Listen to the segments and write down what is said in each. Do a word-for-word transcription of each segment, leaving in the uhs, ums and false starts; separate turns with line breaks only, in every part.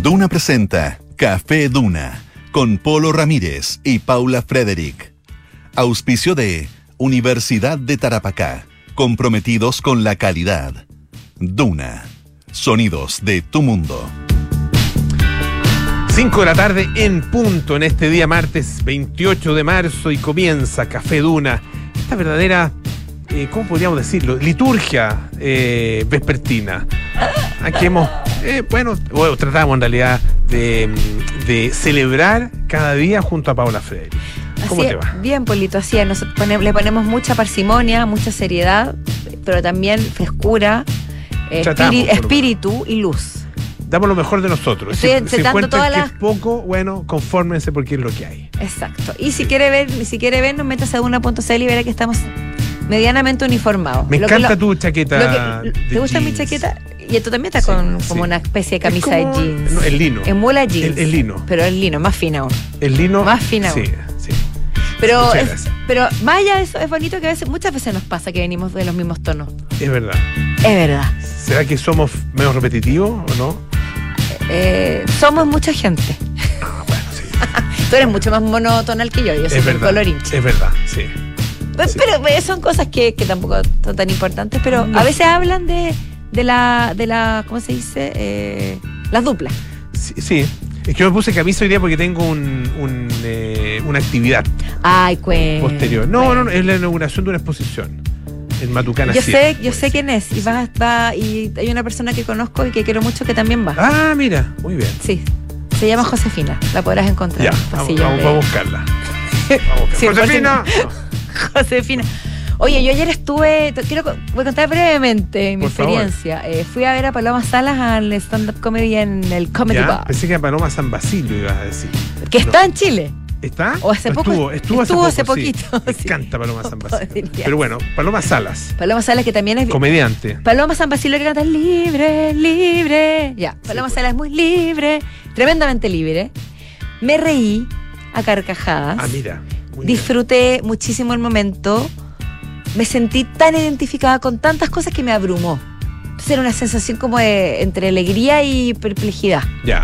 Duna presenta Café Duna con Polo Ramírez y Paula Frederick. Auspicio de Universidad de Tarapacá, comprometidos con la calidad. Duna, sonidos de tu mundo.
cinco de la tarde en punto en este día martes veintiocho de marzo y comienza Café Duna, esta verdadera, eh, ¿cómo podríamos decirlo? Liturgia eh, vespertina. Aquí hemos, eh, bueno, bueno, tratamos en realidad de, de celebrar cada día junto a Paula Frederick. ¿Cómo
así
te va?
Bien, Polito, así es. Nos pone, le ponemos mucha parsimonia, mucha seriedad, pero también frescura, eh,
Tratamos,
espíritu,
por lo
espíritu y luz.
Damos lo mejor de nosotros.
Estoy
Si, si
intentando
encuentran
todas
que
las-
es poco, bueno, confórmense porque es lo que hay.
Exacto. Y si quiere ver, si quiere ver, nos metas a duna punto c l y verá que estamos medianamente uniformados.
Me
Lo que
encanta
lo-
tu chaqueta.
lo que-
de
¿Te gusta mi
jeans.
chaqueta? Y tú también estás
Sí,
con
sí.
como una especie de camisa
Es como-
de jeans.
no, el lino.
Emula jeans.
El, el lino.
Pero el lino, más fina aún.
El lino.
Más fina
Sí,
aún.
sí.
Pero,
Muchas
es,
gracias.
pero más allá de eso, es bonito que a veces, muchas veces nos pasa que venimos de los mismos tonos.
Es verdad.
Es verdad.
¿Será que somos menos repetitivos o no?
Eh, somos mucha gente.
Ah, bueno, sí.
Tú eres mucho más monotonal que yo, yo soy
Es
un
verdad.
colorinche.
Es verdad, sí.
Pero,
sí.
pero, eh, son cosas que, que tampoco son tan importantes, pero
No.
a veces hablan de, de la, de la, ¿cómo se dice? Eh, las duplas.
Sí, sí. Es que yo me puse camisa hoy día porque tengo un, un, eh, una actividad
Ay, cuenta.
posterior. No, no, no, es la inauguración de una exposición en Matucana
Yo
siete.
sé, yo sé quién es y va, va y hay una persona que conozco y que quiero mucho que también va.
Ah, mira, muy bien.
Sí, se llama Josefina, la podrás encontrar.
Ya,
en los
vamos,
pasillos
vamos,
de-
vamos a buscarla. Vamos a buscarla.
Sí,
¡Josefina!
Josefina. Oye, yo ayer estuve, te- quiero co- voy a contar brevemente mi
Por favor.
experiencia. Eh, fui a ver a Paloma Salas al stand-up comedy en el Comedy
Ya,
Bar,
pensé que era Paloma San Basilio ibas a decir.
que
No.
está en Chile.
¿Está?
O hace poco-
Estuvo, estuvo,
estuvo hace
hace, poco, sí.
poquito,
Me
sí.
encanta Paloma San Basilio.
Podría
Pero bueno, Paloma Salas,
Paloma Salas, que también es
comediante.
Paloma San Basilio, que canta libre, libre. Ya, Paloma
pues.
Salas es muy libre, tremendamente libre. Me reí a carcajadas.
Ah, mira. Muy bien.
Disfruté muchísimo el momento. Me sentí tan identificada con tantas cosas que me abrumó. Entonces era una sensación como de entre alegría y perplejidad.
Ya.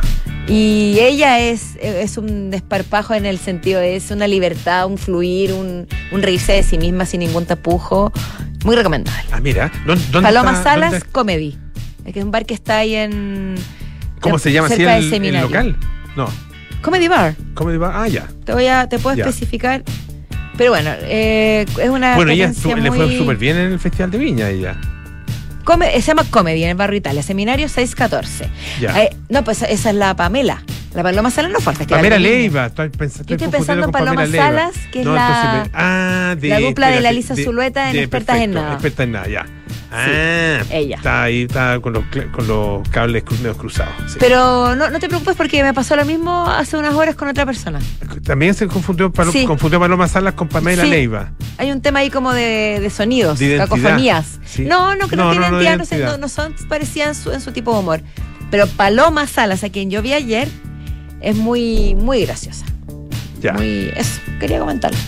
Y ella es, es un desparpajo en el sentido de es una libertad, un fluir, un, un reírse de sí misma sin ningún tapujo. Muy recomendable.
Ah, mira. ¿Dónde, dónde
Paloma
está-
Salas
dónde-
Comedy. Es que es un bar que está ahí en...
¿Cómo se llama así
cerca del
el, el
seminario.
local? No.
Comedy Bar.
Comedy Bar. Ah, ya.
Te voy a, te puedo
Ya.
especificar. Pero bueno, eh, es una
Bueno, ella
experiencia
estuvo- le
muy...
fue súper bien en el Festival de Viña, ella.
Come- se llama Comedy en el barrio Italia, seminario seiscientos catorce.
Ya.
Eh, no, pues esa es la Pamela. La Paloma Salas no fue al festival.
Pamela
de Viña.
Leiva. Estoy, pens-
Yo estoy
confundiendo
pensando en
con
Paloma
Pamela Leiva.
Salas, que es
No,
la-
entonces me- ah, de,
la dupla de la
espérate,
Lisa Zulueta en
de-
Expertas en
perfecto,
Nada.
Expertas en Nada, ya. Ah,
ella.
Está ahí, está con los, cl- con los cables cru- medios cruzados. Sí.
Pero no, no te preocupes porque me pasó lo mismo hace unas horas con otra persona.
También se confundió, Palo-
Sí.
confundió Paloma Salas con Pamela
Sí.
Leiva.
Hay un tema ahí como de, de sonidos,
De identidad.
cacofonías.
Sí.
No, no, que no,
No,
tienen
no, no de
identidad, no, sé,
identidad.
no, no son parecidas en su, en su tipo de humor. Pero Paloma Salas, a quien yo vi ayer, es muy, muy graciosa.
Ya.
Muy, eso, quería comentarlo.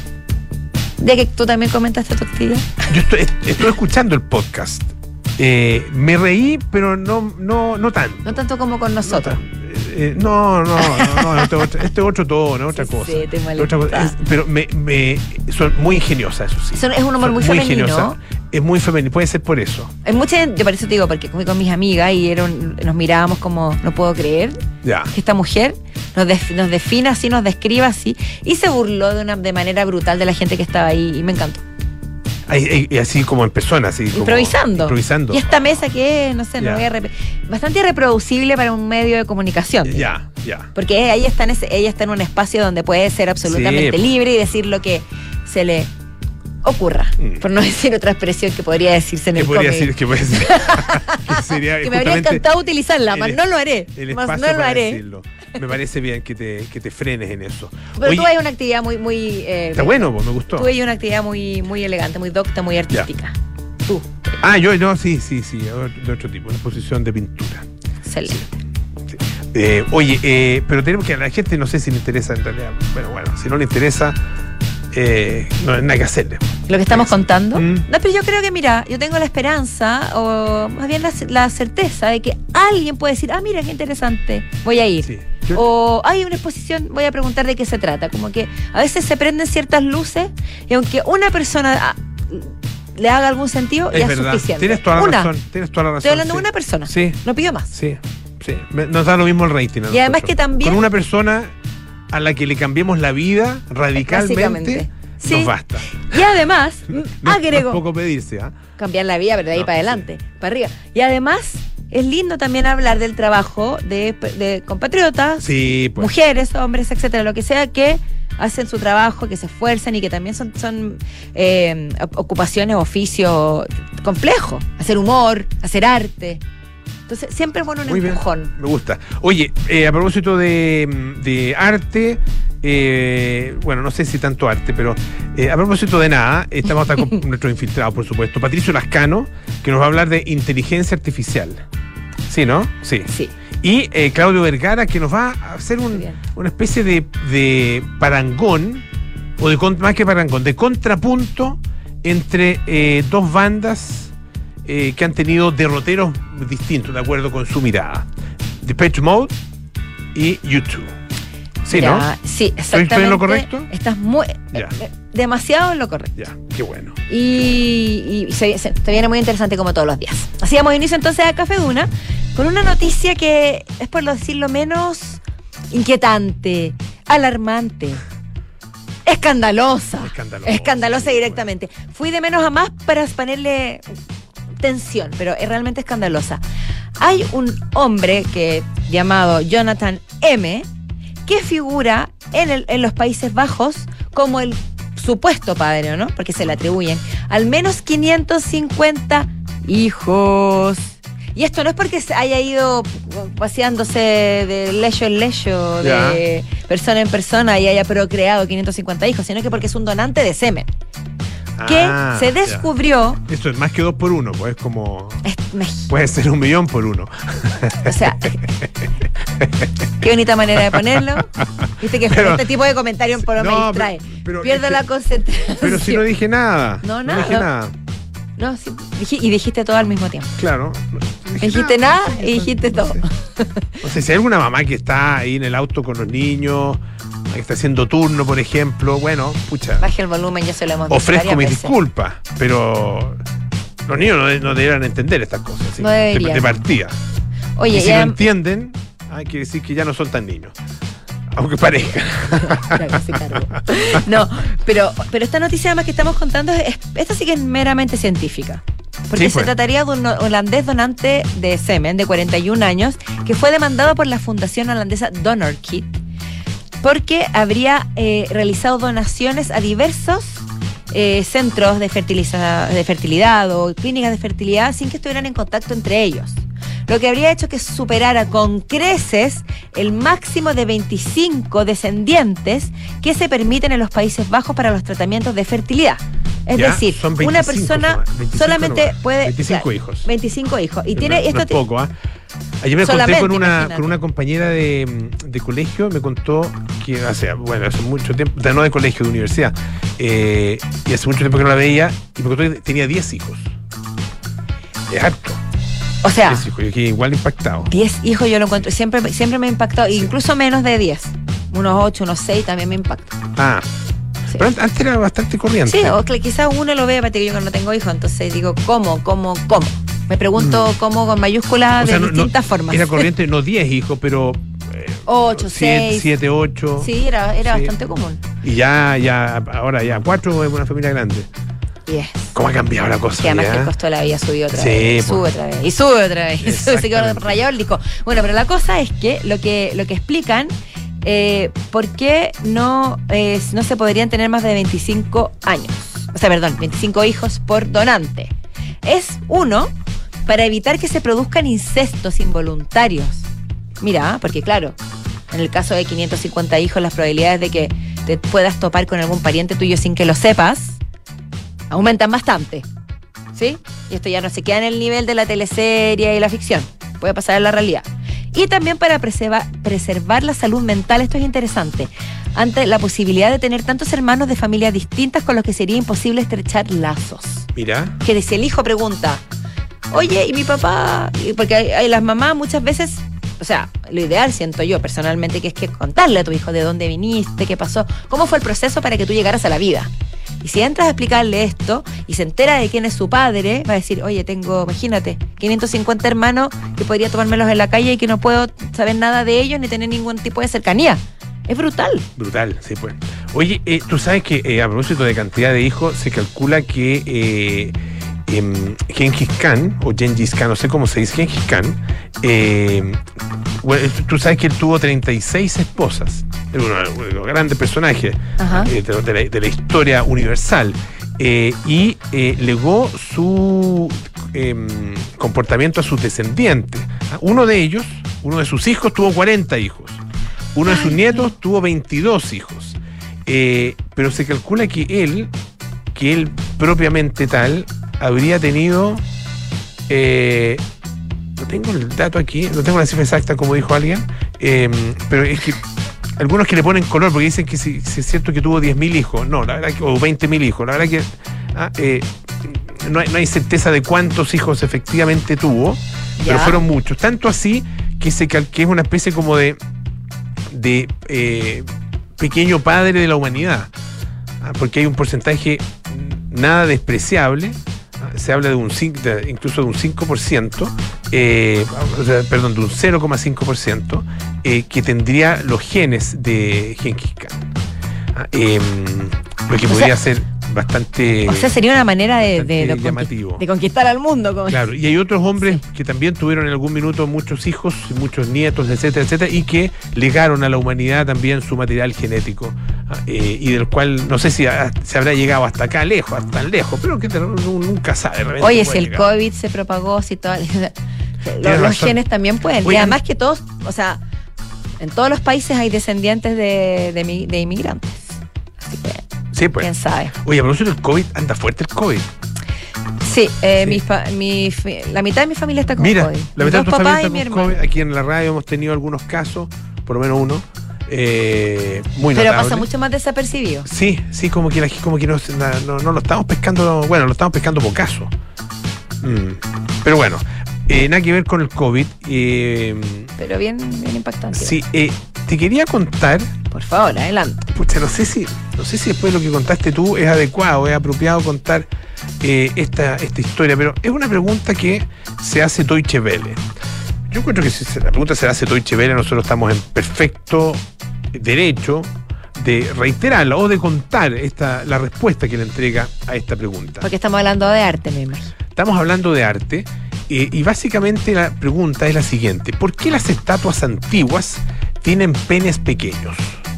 Ya que tú también comentaste tu actividad.
Yo estoy, estoy escuchando el podcast. Eh, me reí, pero no, no, no tanto.
No tanto como con nosotros.
Eh, no, no, no, no, este, es otro, este es otro tono, otra
Sí,
cosa.
sí, te
Otra cosa.
molesta.
Es- pero me, me, son muy ingeniosas, eso sí.
Son- es un humor
Son
muy femenino.
ingeniosa. Es muy femenino, puede ser por eso.
Hay mucha, yo por eso te digo, porque fui con mis amigas y era un- nos mirábamos como, no puedo creer
Ya.
que esta mujer nos, def- nos defina así, nos describa así, y se burló de una de manera brutal de la gente que estaba ahí, y me encantó.
Ahí- ahí- Y así como en persona, así como
Improvisando.
Improvisando.
Y esta mesa que es, no sé, no
Ya.
voy a rep- bastante irreproducible para un medio de comunicación.
Ya, ya.
Porque ella está, en ese, ella está en un espacio donde puede ser absolutamente
Sí.
libre y decir lo que se le ocurra.
Mm.
Por no decir otra expresión que podría decirse en
¿Qué
el
podría
comedy.
decir? Que, puede ser, que sería
Que me habría
justamente
encantado utilizarla, más
el-
no lo haré.
el
Más
espacio
no lo
para
haré.
decirlo. Me parece bien que te, que te frenes en eso.
Pero
Oye,
tú hay una actividad muy, muy. Eh,
está bueno, pues, me gustó.
Tú hay una actividad muy, muy elegante, muy docta, muy artística. Tú.
Ah, yo, no, sí, sí, sí, de otro tipo, una exposición de pintura.
Excelente.
Sí. Eh, oye, eh, pero tenemos que a la gente no sé si le interesa en realidad. Bueno, bueno, si no le interesa, eh, no hay nada que hacerle.
lo que estamos contando.
Mm.
No, pero yo creo que, mira, yo tengo la esperanza, o más bien la, la certeza de que alguien puede decir, ah, mira, qué interesante, voy a ir.
Sí. Yo-
O hay una exposición, voy a preguntar de qué se trata. Como que a veces se prenden ciertas luces y aunque una persona ah, le haga algún sentido,
Es
ya
verdad.
es suficiente.
Tienes toda la
una.
razón. Tienes toda la razón.
Estoy hablando de
sí.
una persona.
Sí,
No pido más.
sí, sí. Me- Nos da lo mismo el rating. a
Y además
nosotros.
que también-
Con una persona a la que le cambiemos la vida radicalmente,
Básicamente. Sí.
nos basta.
Y además,
No,
agrego.
no es poco pedirse, ¿ah?
Cambiar la vida, pero de ahí
No,
para adelante, para arriba. Y además, es lindo también hablar del trabajo de, de compatriotas,
Sí, pues.
mujeres, hombres, etcétera, lo que sea, que hacen su trabajo, que se esfuerzan y que también son, son eh, ocupaciones, oficios complejos. Hacer humor, hacer arte. Entonces, siempre es bueno un
Muy bien,
empujón.
me gusta. Oye, eh, a propósito de, de arte, eh, bueno, no sé si tanto arte, pero eh, a propósito de nada, estamos acá con nuestros infiltrados, por supuesto. Patricio Lascano, que nos va a hablar de inteligencia artificial. ¿Sí, no? Sí.
Sí.
Y eh, Claudio Vergara, que nos va a hacer un-
Muy bien.
una especie de, de parangón, o de con- más que parangón, de contrapunto entre eh, dos bandas eh, que han tenido derroteros distintos, de acuerdo con su mirada. Depeche Mode y U dos. Sí,
Mira,
¿no?
Sí,
¿Estoy-
exactamente.
estoy en lo correcto?
Estás muy.
Ya.
eh, demasiado en lo correcto.
Ya, qué bueno.
Y, y se, se- te viene muy interesante como todos los días. Así damos inicio entonces a Café Duna con una noticia que es, por decirlo menos, inquietante, alarmante, escandalosa.
Escandalosa,
Escandalosa
sí,
directamente. Fui de menos a más para ponerle tensión, pero es realmente escandalosa. Hay un hombre que llamado Jonathan M., que figura en, el- en los Países Bajos como el supuesto padre, ¿no? Porque se le atribuyen al menos quinientos cincuenta hijos. Y esto no es porque se haya ido paseándose de lecho en lecho, de persona en persona y haya procreado quinientos cincuenta hijos, sino que porque es un donante de semen. Que
Ah,
se
ya.
descubrió.
Esto es más que dos por uno, pues es como.
es- me-
Puede ser un millón por uno.
o sea, qué bonita manera de ponerlo. Viste que
Pero-
este tipo de comentarios por lo me
No,
distrae.
pero- pero
Pierdo
es que-
la concentración.
Pero si no dije nada.
No,
No dije
nada.
nada.
No, sí, dij- y dijiste todo al mismo tiempo.
Claro. No dije
Dijiste nada
no sé,
y dijiste
no
todo.
sé. No sé, si hay alguna mamá que está ahí en el auto con los niños, que está haciendo turno, por ejemplo, bueno, pucha,
Baje el volumen, ya se lo hemos dicho
ofrezco
varias
mis
veces.
disculpas, pero los niños no, de- no deberán entender estas cosas, ¿sí?
No
de,
deberían.
de partida.
Oye,
y si
ya-
no entienden, hay que decir que ya no son tan niños, aunque parezcan.
Claro, se cargó. No, pero, pero esta noticia además que estamos contando, es, esta sí que es meramente científica. Porque
Sí,
se
pues.
trataría de un holandés donante de semen de cuarenta y un años que fue demandado por la fundación holandesa DonorKit porque habría eh, realizado donaciones a diversos eh, centros de, fertiliza- de fertilidad o clínicas de fertilidad sin que estuvieran en contacto entre ellos. Lo que habría hecho que superara con creces el máximo de veinticinco descendientes que se permiten en los Países Bajos para los tratamientos de fertilidad. Es
Ya,
decir,
son
una
veinticinco
persona
nomás, veinticinco
solamente
nomás,
puede...
veinticinco
claro,
hijos.
veinticinco hijos. Y
No-
tiene
no
esto
es poco, ¿ah? Ayer me conté
Solamente,
con una,
imagínate.
con una compañera de, de colegio, me contó que hace, bueno, hace mucho tiempo, no de colegio, de universidad, eh, y hace mucho tiempo que no la veía, y me contó que tenía diez hijos. Es harto,
O sea,
diez hijos, yo quedé igual impactado.
diez hijos yo lo encuentro, siempre, siempre me ha impactado, incluso menos de diez. Unos ocho, unos seis también me impacta.
Ah,
Sí.
pero an- antes era bastante corriente.
Sí, o que quizás uno lo vea, para que yo que no tengo hijos, entonces digo, ¿cómo, cómo, cómo? Me pregunto cómo con mayúsculas
O sea,
de
no- no-
distintas formas.
Era corriente, no diez hijos, pero... eh,
Ocho,
siete,
seis.
siete, ocho.
Sí, era, era
Sí.
bastante común.
Y ya, ya, ahora ya, cuatro es una familia grande.
Yes.
¿Cómo ha cambiado la cosa?
Que además
ya?
que el costo de la vida subió otra
Sí,
vez.
po.
Sube otra vez. Y sube otra vez. Y sube, se quedó
Exactamente.
rayado el disco. Bueno, pero la cosa es que lo que, lo que explican, eh, por qué no, eh, no se podrían tener más de veinticinco años. O sea, perdón, veinticinco hijos por donante. Es uno, para evitar que se produzcan incestos involuntarios. Mira, porque claro, en el caso de quinientos cincuenta hijos, las probabilidades de que te puedas topar con algún pariente tuyo sin que lo sepas aumentan bastante. ¿Sí? Y esto ya no se queda en el nivel de la teleserie y la ficción. Puede pasar en la realidad. Y también para preservar, preservar la salud mental, esto es interesante. ante la posibilidad de tener tantos hermanos de familias distintas con los que sería imposible estrechar lazos.
Mira.
Que si el hijo pregunta, oye, ¿y mi papá? Porque hay, hay las mamás muchas veces, o sea, lo ideal siento yo personalmente que es que contarle a tu hijo de dónde viniste, qué pasó, cómo fue el proceso para que tú llegaras a la vida. Y si entras a explicarle esto y se entera de quién es su padre, va a decir, oye, tengo, imagínate, quinientos cincuenta hermanos que podría tomármelos en la calle y que no puedo saber nada de ellos ni tener ningún tipo de cercanía. Es brutal.
Brutal, sí, pues. Oye, eh, tú sabes que eh, a propósito de cantidad de hijos, se calcula que eh, eh, Gengis Khan, o Gengis Khan, no sé cómo se dice, Gengis Khan, eh, bueno, tú sabes que él tuvo treinta y seis esposas. Es uno de los grandes personajes eh, de, de, la, de la historia universal. Eh, y eh, legó su eh, comportamiento a sus descendientes. Uno de ellos, uno de sus hijos, tuvo cuarenta hijos. Uno de sus nietos tuvo veintidós hijos. Eh, pero se calcula que él, que él propiamente tal, habría tenido... Eh, no tengo el dato aquí, no tengo la cifra exacta como dijo alguien, eh, pero es que algunos que le ponen color porque dicen que si, si es cierto que tuvo diez mil hijos, no, la verdad que, o veinte mil hijos, la verdad que ah, eh, no, hay, no hay certeza de cuántos hijos efectivamente tuvo, ¿ya? Pero fueron muchos, tanto así que, se, que es una especie como de, de eh, pequeño padre de la humanidad, ah, porque hay un porcentaje nada despreciable. Se habla de un cinco, de, incluso de un cinco por ciento, eh, o sea, perdón, de un cero coma cinco por ciento eh, que tendría los genes de Gengis Khan. Ah, eh, lo que o podría sea, ser bastante...
O sea, sería una manera de, de, de,
llamativo.
de conquistar al mundo. Como
claro, y hay otros hombres sí. que también tuvieron en algún minuto muchos hijos, muchos nietos, etcétera, etcétera, y que legaron a la humanidad también su material genético. Eh, y del cual no sé si a, se habrá llegado hasta acá lejos, hasta tan lejos, pero que te, nunca sabe.
Oye, si el llegar. COVID se propagó, si todo, los, los genes también pueden. Oye, y además que todos, o sea, en todos los países hay descendientes de, de, de inmigrantes. Así que,
sí, pues.
quién sabe.
Oye, a propósito del COVID, anda fuerte el COVID.
Sí, eh, sí. Mi fa, mi, la mitad de mi familia está con
Mira,
COVID.
La mitad de tu familia está con COVID.
Hermano.
Aquí en la radio hemos tenido algunos casos, por lo menos uno. Eh, muy
pero
notable.
Pasa mucho más desapercibido.
Sí, sí, como que, como que no, no, no lo estamos pescando, bueno, lo estamos pescando por caso. Mm. Pero bueno, eh, nada que ver con el COVID. Eh,
pero bien, bien impactante.
Sí, eh, te quería contar.
Por favor, adelante.
Pucha, no sé si, no sé si después de lo que contaste tú es adecuado, es apropiado contar eh, esta, esta historia, pero es una pregunta que se hace Deutsche Welle. Yo encuentro que si la pregunta se la hace Deutsche Welle, nosotros estamos en perfecto derecho de reiterarla o de contar esta, la respuesta que le entrega a esta pregunta.
Porque estamos hablando de arte, me imagino.
Estamos hablando de arte eh, y básicamente la pregunta es la siguiente: ¿por qué las estatuas antiguas tienen penes pequeños?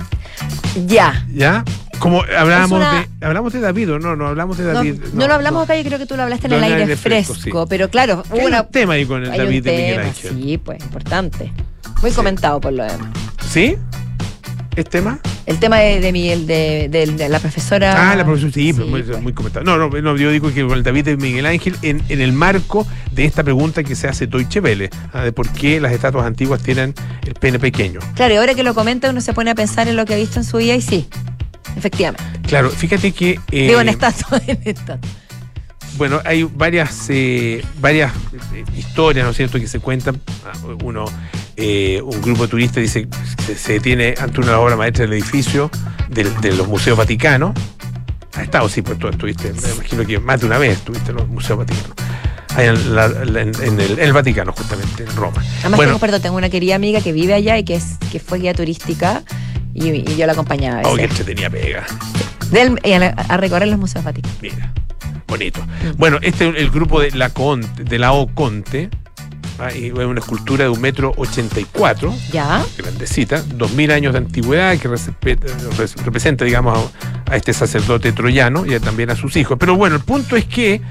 Ya.
¿Ya? Como hablábamos
una...
de hablamos de David, o no, no hablamos de David.
No, no, no lo hablamos no. acá, yo creo que tú lo hablaste en no, el aire, aire fresco, fresco sí. Pero claro,
hubo una... un tema ahí con el
hay
David de
tema,
Miguel Ángel.
Sí, pues, importante. Muy sí. comentado por lo demás.
¿Sí? ¿Es tema?
El tema de, de Miguel, de, de, de la profesora.
Ah, la profesora, sí, sí muy,
pues.
muy comentado. No, no, no, yo digo que con el David de Miguel Ángel, en, en el marco de esta pregunta que se hace Deutsche Welle, ¿ah? De por qué las estatuas antiguas tienen el pene pequeño.
Claro, y ahora que lo comenta uno se pone a pensar en lo que ha visto en su vida y sí, efectivamente.
Claro, fíjate que... Eh,
Digo, en estatua, en estatua.
Bueno, hay varias eh, varias eh, historias, ¿no es cierto?, que se cuentan. Uno, eh, un grupo de turistas dice que se, se detiene ante una obra maestra del edificio del, de los museos vaticanos. Has estado, sí, pues tú estuviste, me imagino que más de una vez estuviste en los museos vaticanos. Ahí en, la, la, en, en, el, en el Vaticano, justamente, en Roma.
Además, bueno, tengo, perdón, tengo una querida amiga que vive allá y que es que fue guía turística y, y yo la acompañaba a veces.
Oh, que se tenía pega.
Del, a, a recorrer los museos vaticanos.
Mira. Bonito. Bueno, este es el grupo de la Conte, de la O Conte, es una escultura de un metro ochenta y cuatro,
ya,
grandecita, dos mil años de antigüedad, que representa, digamos, a, a este sacerdote troyano y también a sus hijos. Pero bueno, el punto es que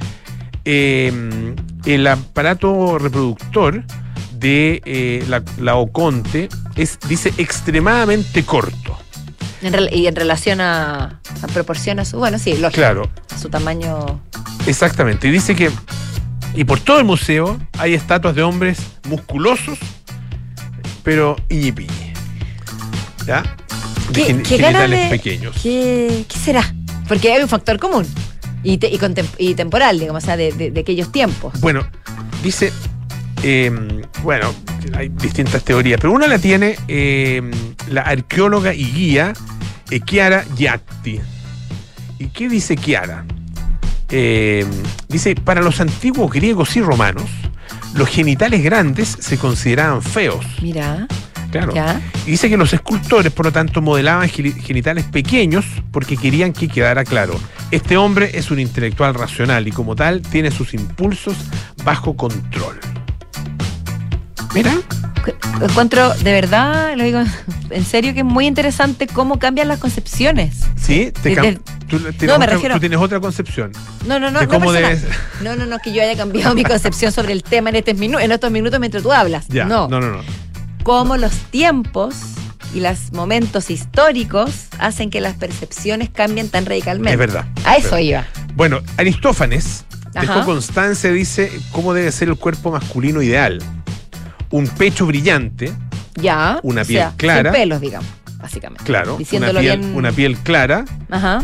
eh, el aparato reproductor de eh, la, la O Conte es, dice, extremadamente corto.
En re, y en relación a, a proporción a su... Bueno, sí, lógico.
Claro.
A su tamaño...
Exactamente. Y dice que... Y por todo el museo hay estatuas de hombres musculosos, pero iñipiñi. ¿Ya? de gen-
qué
genitales
ganas de-
pequeños.
¿Qué, qué será? Porque hay un factor común y, te- y, contem- y temporal, digamos, o sea, de, de- de aquellos tiempos.
Bueno, dice, eh, bueno, hay distintas teorías, pero una la tiene eh, la arqueóloga y guía eh, Chiara Giatti. ¿Y qué dice Chiara? Eh, dice, para los antiguos griegos y romanos, los genitales grandes se consideraban feos.
Mira,
Claro.
ya.
Y dice que los escultores, por lo tanto, modelaban geni- genitales pequeños porque querían que quedara claro. Este hombre es un intelectual racional y como tal tiene sus impulsos bajo control. Mira.
Encuentro, de verdad, lo digo en serio, que es muy interesante cómo cambian las concepciones.
Sí, te
Desde-
cam- tú, tienes
No, me
otra,
refiero-
tú tienes otra concepción.
No, no, no,
de
no,
cómo
personal.
debes-
no, no, no, que yo haya cambiado mi concepción sobre el tema en, este minu- en estos minutos mientras tú hablas.
Ya,
no,
no, no, no.
Cómo los tiempos y los momentos históricos hacen que las percepciones cambien tan radicalmente.
Es verdad.
A
Es
eso
verdad.
iba.
Bueno, Aristófanes dejó
Ajá.
constancia, dice, cómo debe ser el cuerpo masculino ideal. Un pecho brillante,
Ya.
Una
o
piel
sea,
clara.
Sin pelos, digamos, básicamente.
claro, una
Diciéndolo
piel,
bien.
una piel clara,
Ajá.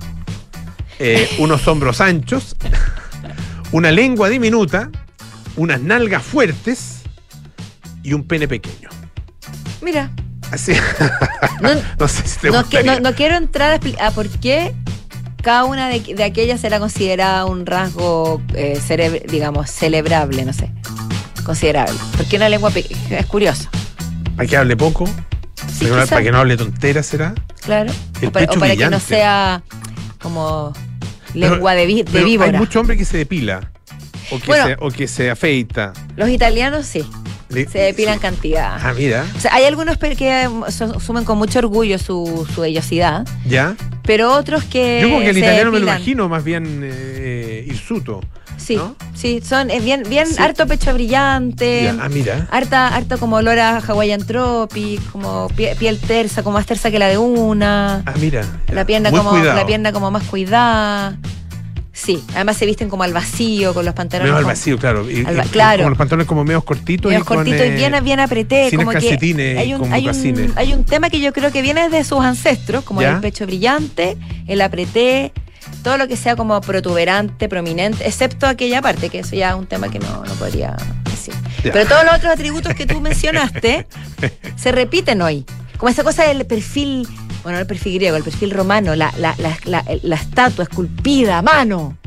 eh, unos hombros anchos, una lengua diminuta, unas nalgas fuertes y un pene pequeño.
Mira.
Así.
No,
No sé si te
no, que-
gustaría.
no- no quiero entrar a, expli- a por qué cada una de, de aquellas será considerada un rasgo, eh, cerebr- digamos, celebrable, no sé. Considerable. Porque una lengua pe- es curioso.
Para que hable poco,
Sí,
para, que no,
quizá,
para que no hable tonteras, ¿será?
claro.
el
O para, o
pecho
para que no
brillante.
sea como
Pero-
lengua de, vi- de
Pero
víbora.
hay mucho hombre que se depila. O que,
Bueno.
se, o que se afeita.
Los italianos sí,
Le-
se depilan
sí.
cantidad.
Ah, mira.
O sea, hay algunos pe- que eh, su- asumen con mucho orgullo su, su vellosidad,
¿Ya?
pero otros que.
Yo como que el
se
italiano me lo
depilan.
imagino más bien eh, hirsuto.
Sí,
¿no?
sí, son es bien, bien
Sí.
harto pecho brillante.
Ya, ah, mira.
Harta, harto como olor a Hawaiian Tropic, como pie- piel tersa, como más tersa que la de una.
Ah, mira. ya.
La pierna
Muy
como
cuidado.
la pierna como más cuidada. Sí, además se visten como al vacío, con los pantalones
Medio al
como-
vacío, claro. Y,
Al
y-
va- claro.
Como los pantalones como medios cortitos.
medios
y con,
cortitos y
eh,
bien, bien apreté.
sin
Como que
calcetines
hay
y
un,
con
hay,
mocasines.
un, hay un tema que yo creo que viene de sus ancestros, como
¿Ya?
el pecho brillante, el apreté, todo lo que sea como protuberante, prominente, excepto aquella parte, que eso ya es un tema que no, no podría decir.
Ya.
Pero todos los otros atributos que tú mencionaste se repiten hoy. Como esa cosa del perfil, bueno, no el perfil griego, el perfil romano, la, la, la, la, la estatua esculpida a mano.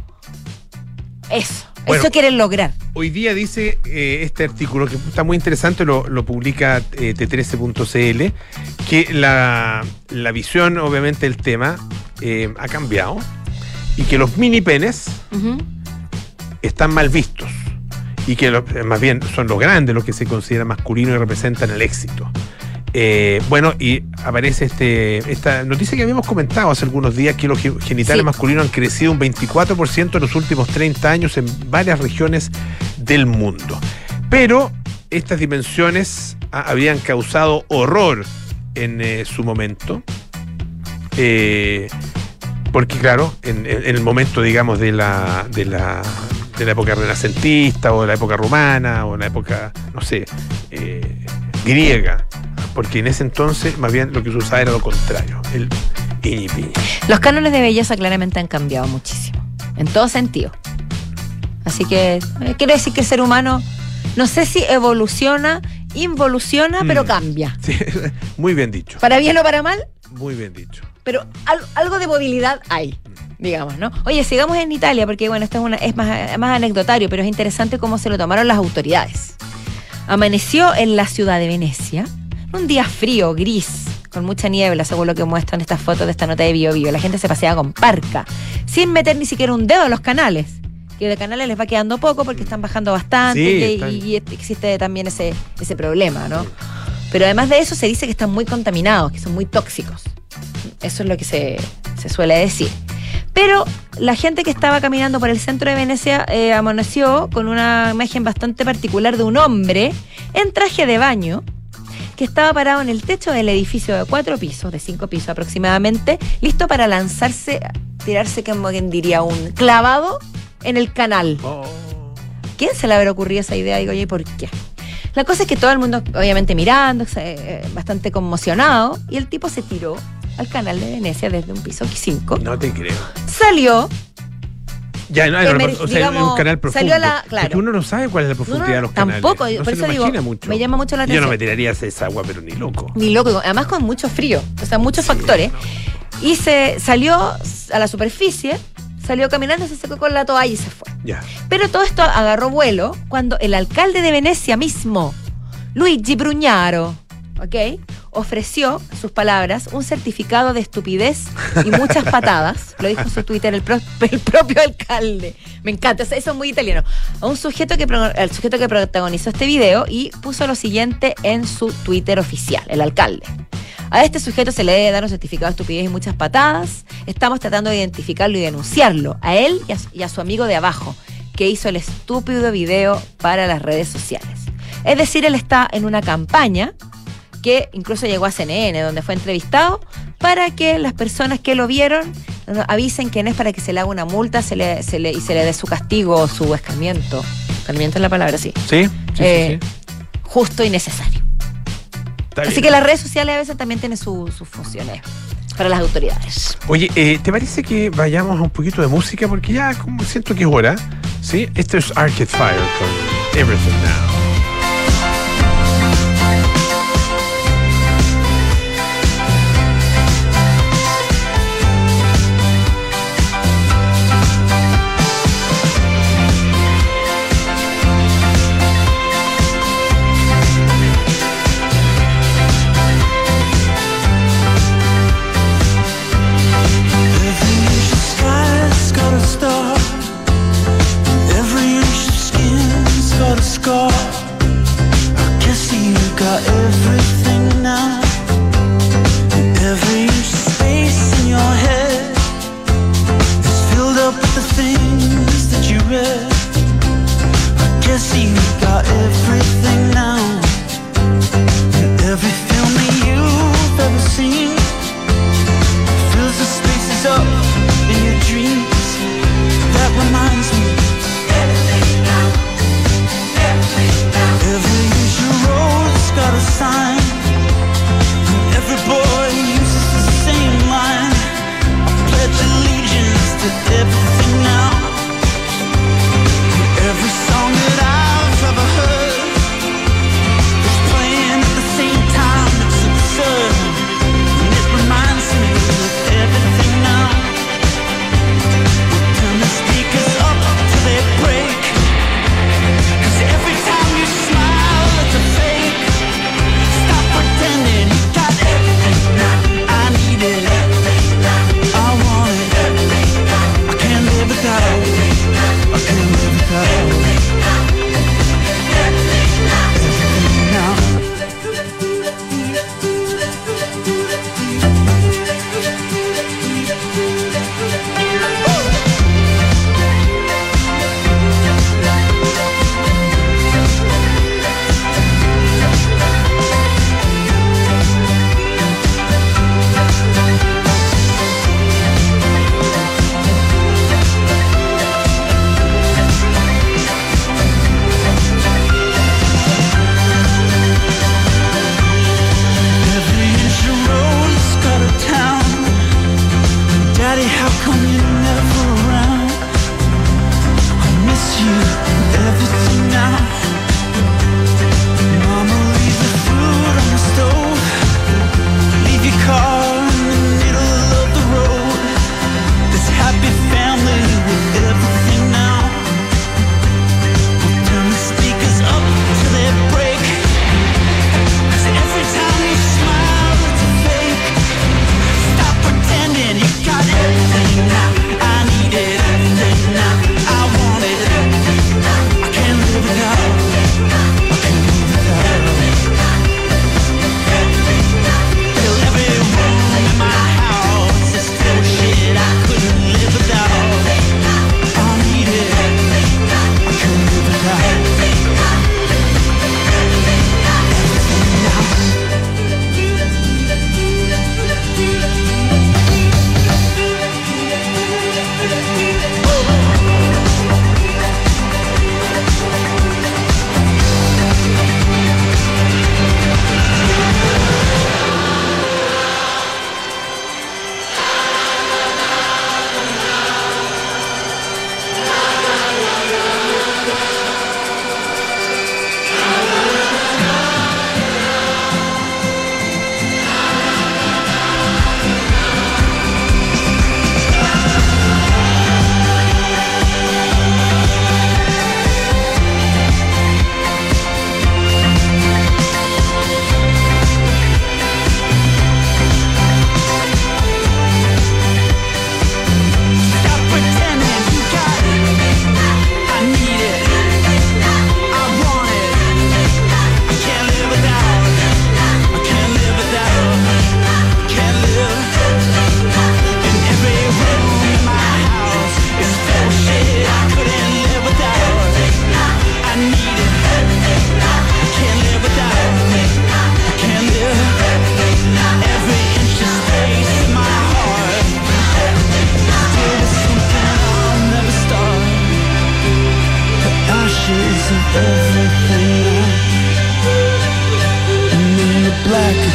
Eso,
Bueno.
eso quieren lograr.
Hoy día dice eh, este artículo, que está muy interesante, lo, lo publica eh, T trece punto c l, que la, la visión, obviamente, del tema eh, ha cambiado y que los mini penes
Ujú.
están mal vistos y que lo- más bien son los grandes los que se consideran masculinos y representan el éxito. Eh, bueno, y aparece este esta noticia que habíamos comentado hace algunos días, que los ge- genitales
Sí.
masculinos han crecido un veinticuatro por ciento en los últimos treinta años en varias regiones del mundo. Pero estas dimensiones ah, habrían causado horror en eh, su momento. Eh, porque claro, en, en- en el momento, digamos, de la, de la de la época renacentista o de la época romana o de la época, no sé, eh, griega, porque en ese entonces más bien lo que se usaba era lo contrario, el iñi piñi.
Los cánones de belleza claramente han cambiado muchísimo, en todo sentido. Así que eh, quiere decir que el ser humano, no sé si evoluciona, involuciona,
Mm.
pero cambia.
Sí, muy bien dicho,
Para bien o para mal,
muy bien dicho.
pero al- algo de movilidad hay, digamos, ¿no? Oye, sigamos en Italia, porque bueno, esto es, una, es más, más anecdotario, pero es interesante cómo se lo tomaron las autoridades. Amaneció en la ciudad de Venecia, un día frío, gris, con mucha niebla, según lo que muestran estas fotos de esta nota de Bio Bio. La gente se paseaba con parca, sin meter ni siquiera un dedo en los canales, que de canales les va quedando poco porque están bajando bastante,
Sí,
y,
están-
y existe también ese, ese problema, ¿no? Pero además de eso se dice que están muy contaminados, que son muy tóxicos. Eso es lo que se, se suele decir. Pero la gente que estaba caminando por el centro de Venecia eh, amaneció con una imagen bastante particular de un hombre en traje de baño que estaba parado en el techo del edificio de cuatro pisos, de cinco pisos aproximadamente, listo para lanzarse, tirarse, como quien diría, un clavado en el canal.
Oh.
¿Quién se le habrá ocurrido esa idea? Digo yo, ¿y por qué? La cosa es que todo el mundo, obviamente, mirando, eh, bastante conmocionado, y el tipo se tiró al canal de Venecia desde un piso cinco.
No te creo.
Salió.
Ya, no,
eh,
no,
mere-
o sea,
digamos,
es un canal profundo.
salió a la- claro.
Porque uno no sabe cuál es la profundidad
No, no,
de los canales.
tampoco,
no
por
se
eso
lo
digo,
imagina mucho.
me llama mucho la
Yo
atención.
no me tiraría esa agua, pero ni loco.
Ni loco, además con mucho frío, o sea, muchos
Sí,
factores.
no.
Y se salió a la superficie, salió caminando, se secó con la toalla y se fue.
Ya.
Pero todo esto agarró vuelo cuando el alcalde de Venecia mismo, Luigi Brugnaro, ¿ok?, ofreció, sus palabras, un certificado de estupidez y muchas patadas. Lo dijo en su Twitter el, pro- el propio alcalde. Me encanta, o sea, eso es muy italiano. A un sujeto que pro- el sujeto que protagonizó este video y puso lo siguiente en su Twitter oficial, el alcalde. A este sujeto se le debe dar un certificado de estupidez y muchas patadas. Estamos tratando de identificarlo y denunciarlo. A él y a, su- y a su amigo de abajo, que hizo el estúpido video para las redes sociales. Es decir, él está en una campaña que incluso llegó a C N N, donde fue entrevistado, para que las personas que lo vieron no, avisen quién es, para que se le haga una multa se le, se le, y se le dé su castigo o su escarmiento. Escarmiento es la palabra, sí.
Sí, sí,
Eh,
sí, sí.
Justo y necesario.
Está
Así
bien.
que las redes sociales a veces también tienen su- sus funciones para las autoridades.
Oye, eh, ¿te parece que vayamos a un poquito de música? Porque ya como siento que es hora. ¿Sí? Esto es Arcade Fire con Everything Now.
Every inch of sky's got a star. Every inch of skin's got a scar.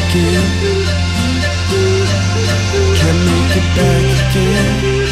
again. Can't make it back again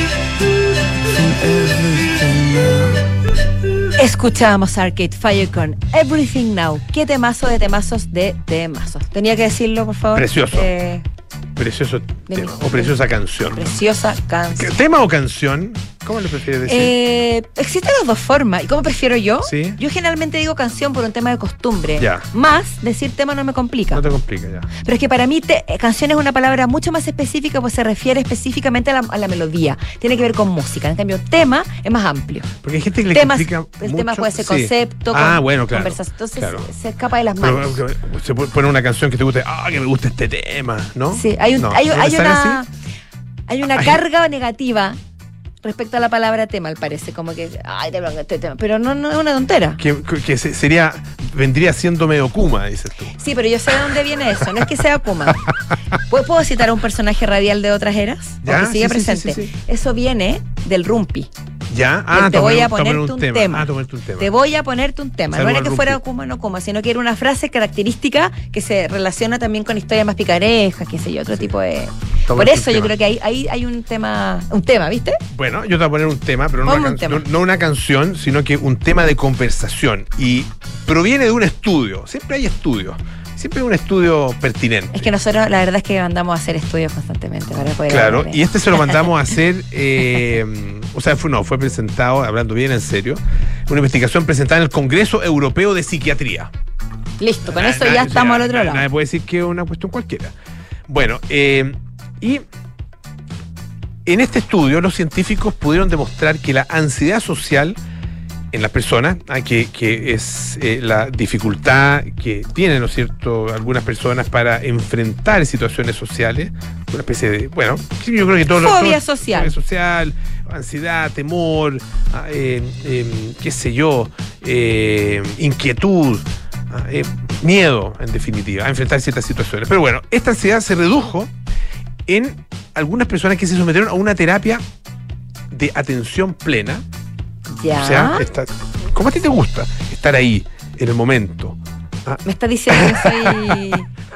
from everything now.
Escuchábamos Arcade Fire con Everything Now. Qué temazo de temazos de temazos. Tenía que decirlo, por favor.
Precioso.
Eh,
Precioso
De
tema,
mi-
o preciosa canción.
preciosa
¿Qué-
canción.
¿Tema o canción? ¿Cómo le prefieres decir?
Eh, existen las dos formas. ¿Y cómo prefiero yo?
Sí.
Yo generalmente digo canción por un tema de costumbre.
Ya.
Más decir tema no me complica.
No te complica ya.
Pero es que para mí te- eh, canción es una palabra mucho más específica, pues se refiere específicamente a la, a la melodía. Tiene que ver con música. En cambio, tema es más amplio.
Porque hay gente que le
Temas,
complica
el
mucho.
tema puede ser
Sí.
concepto,
Ah,
con-
bueno, claro.
conversación. Entonces
claro.
se, se escapa de las
Pero,
manos.
pero, se puede poner una canción que te guste, ah, que me gusta este tema, ¿no?
Sí, hay, un,
No,
hay,
¿no
hay
te sale
una,
así?
hay una
Ay.
carga negativa respecto a la palabra tema, al parece, como que, ay, te hablan este tema, pero no, no es una tontera.
Que, que se- sería, vendría siendo medio Kuma, dices tú.
Sí, pero yo sé de dónde viene eso, no es que sea Kuma. ¿Puedo, puedo citar a un personaje radial de otras eras?
Ya,
O que sigue
sí, sí, sí,
presente.
sí, sí.
Eso viene del rumpi.
¿Ya?
Te
tomar
voy a
un- tomar
ponerte un tema.
Ah, tomarte un tema.
Te voy a ponerte un tema.
Saludo
No era
al
que
rumpi.
fuera Kuma o no Kuma, sino que era una frase característica que se relaciona también con historias más picarescas, qué sé yo, otro tipo de. Por
Tómate un
eso yo
tema.
creo que ahí, ahí hay un tema, un tema, ¿viste?
Bueno, yo te voy a poner un tema, pero no
Ponme
una,
un
can-
tema.
no- no una canción, sino que un tema de conversación. Y proviene de un estudio. Siempre hay estudios. Siempre hay un estudio pertinente.
Es que nosotros la verdad es que mandamos a hacer estudios constantemente para poder
Claro,
hablar de-
y este se lo mandamos a hacer, eh, o sea, fue, no, fue presentado, hablando bien en serio, una investigación presentada en el Congreso Europeo de Psiquiatría.
Listo, con
Na-
eso
na-
ya
o sea,
estamos al otro
na-
lado.
Nadie puede decir que es una cuestión cualquiera. Bueno, eh, y en este estudio los científicos pudieron demostrar que la ansiedad social en las personas, ah, que, que es eh, la dificultad que tienen, ¿no es cierto?, algunas personas para enfrentar situaciones sociales, una especie de, bueno, sí, yo creo que todo lo-
Fobia
todo-
social.
fobia social, ansiedad, temor, ah, eh, eh, qué sé yo, eh, inquietud, ah, eh, miedo, en definitiva, a enfrentar ciertas situaciones. Pero bueno, esta ansiedad se redujo en algunas personas que se sometieron a una terapia de atención plena.
Ya.
O sea, está, como a ti te gusta, estar ahí, en el momento. Ah,
Me estás diciendo que soy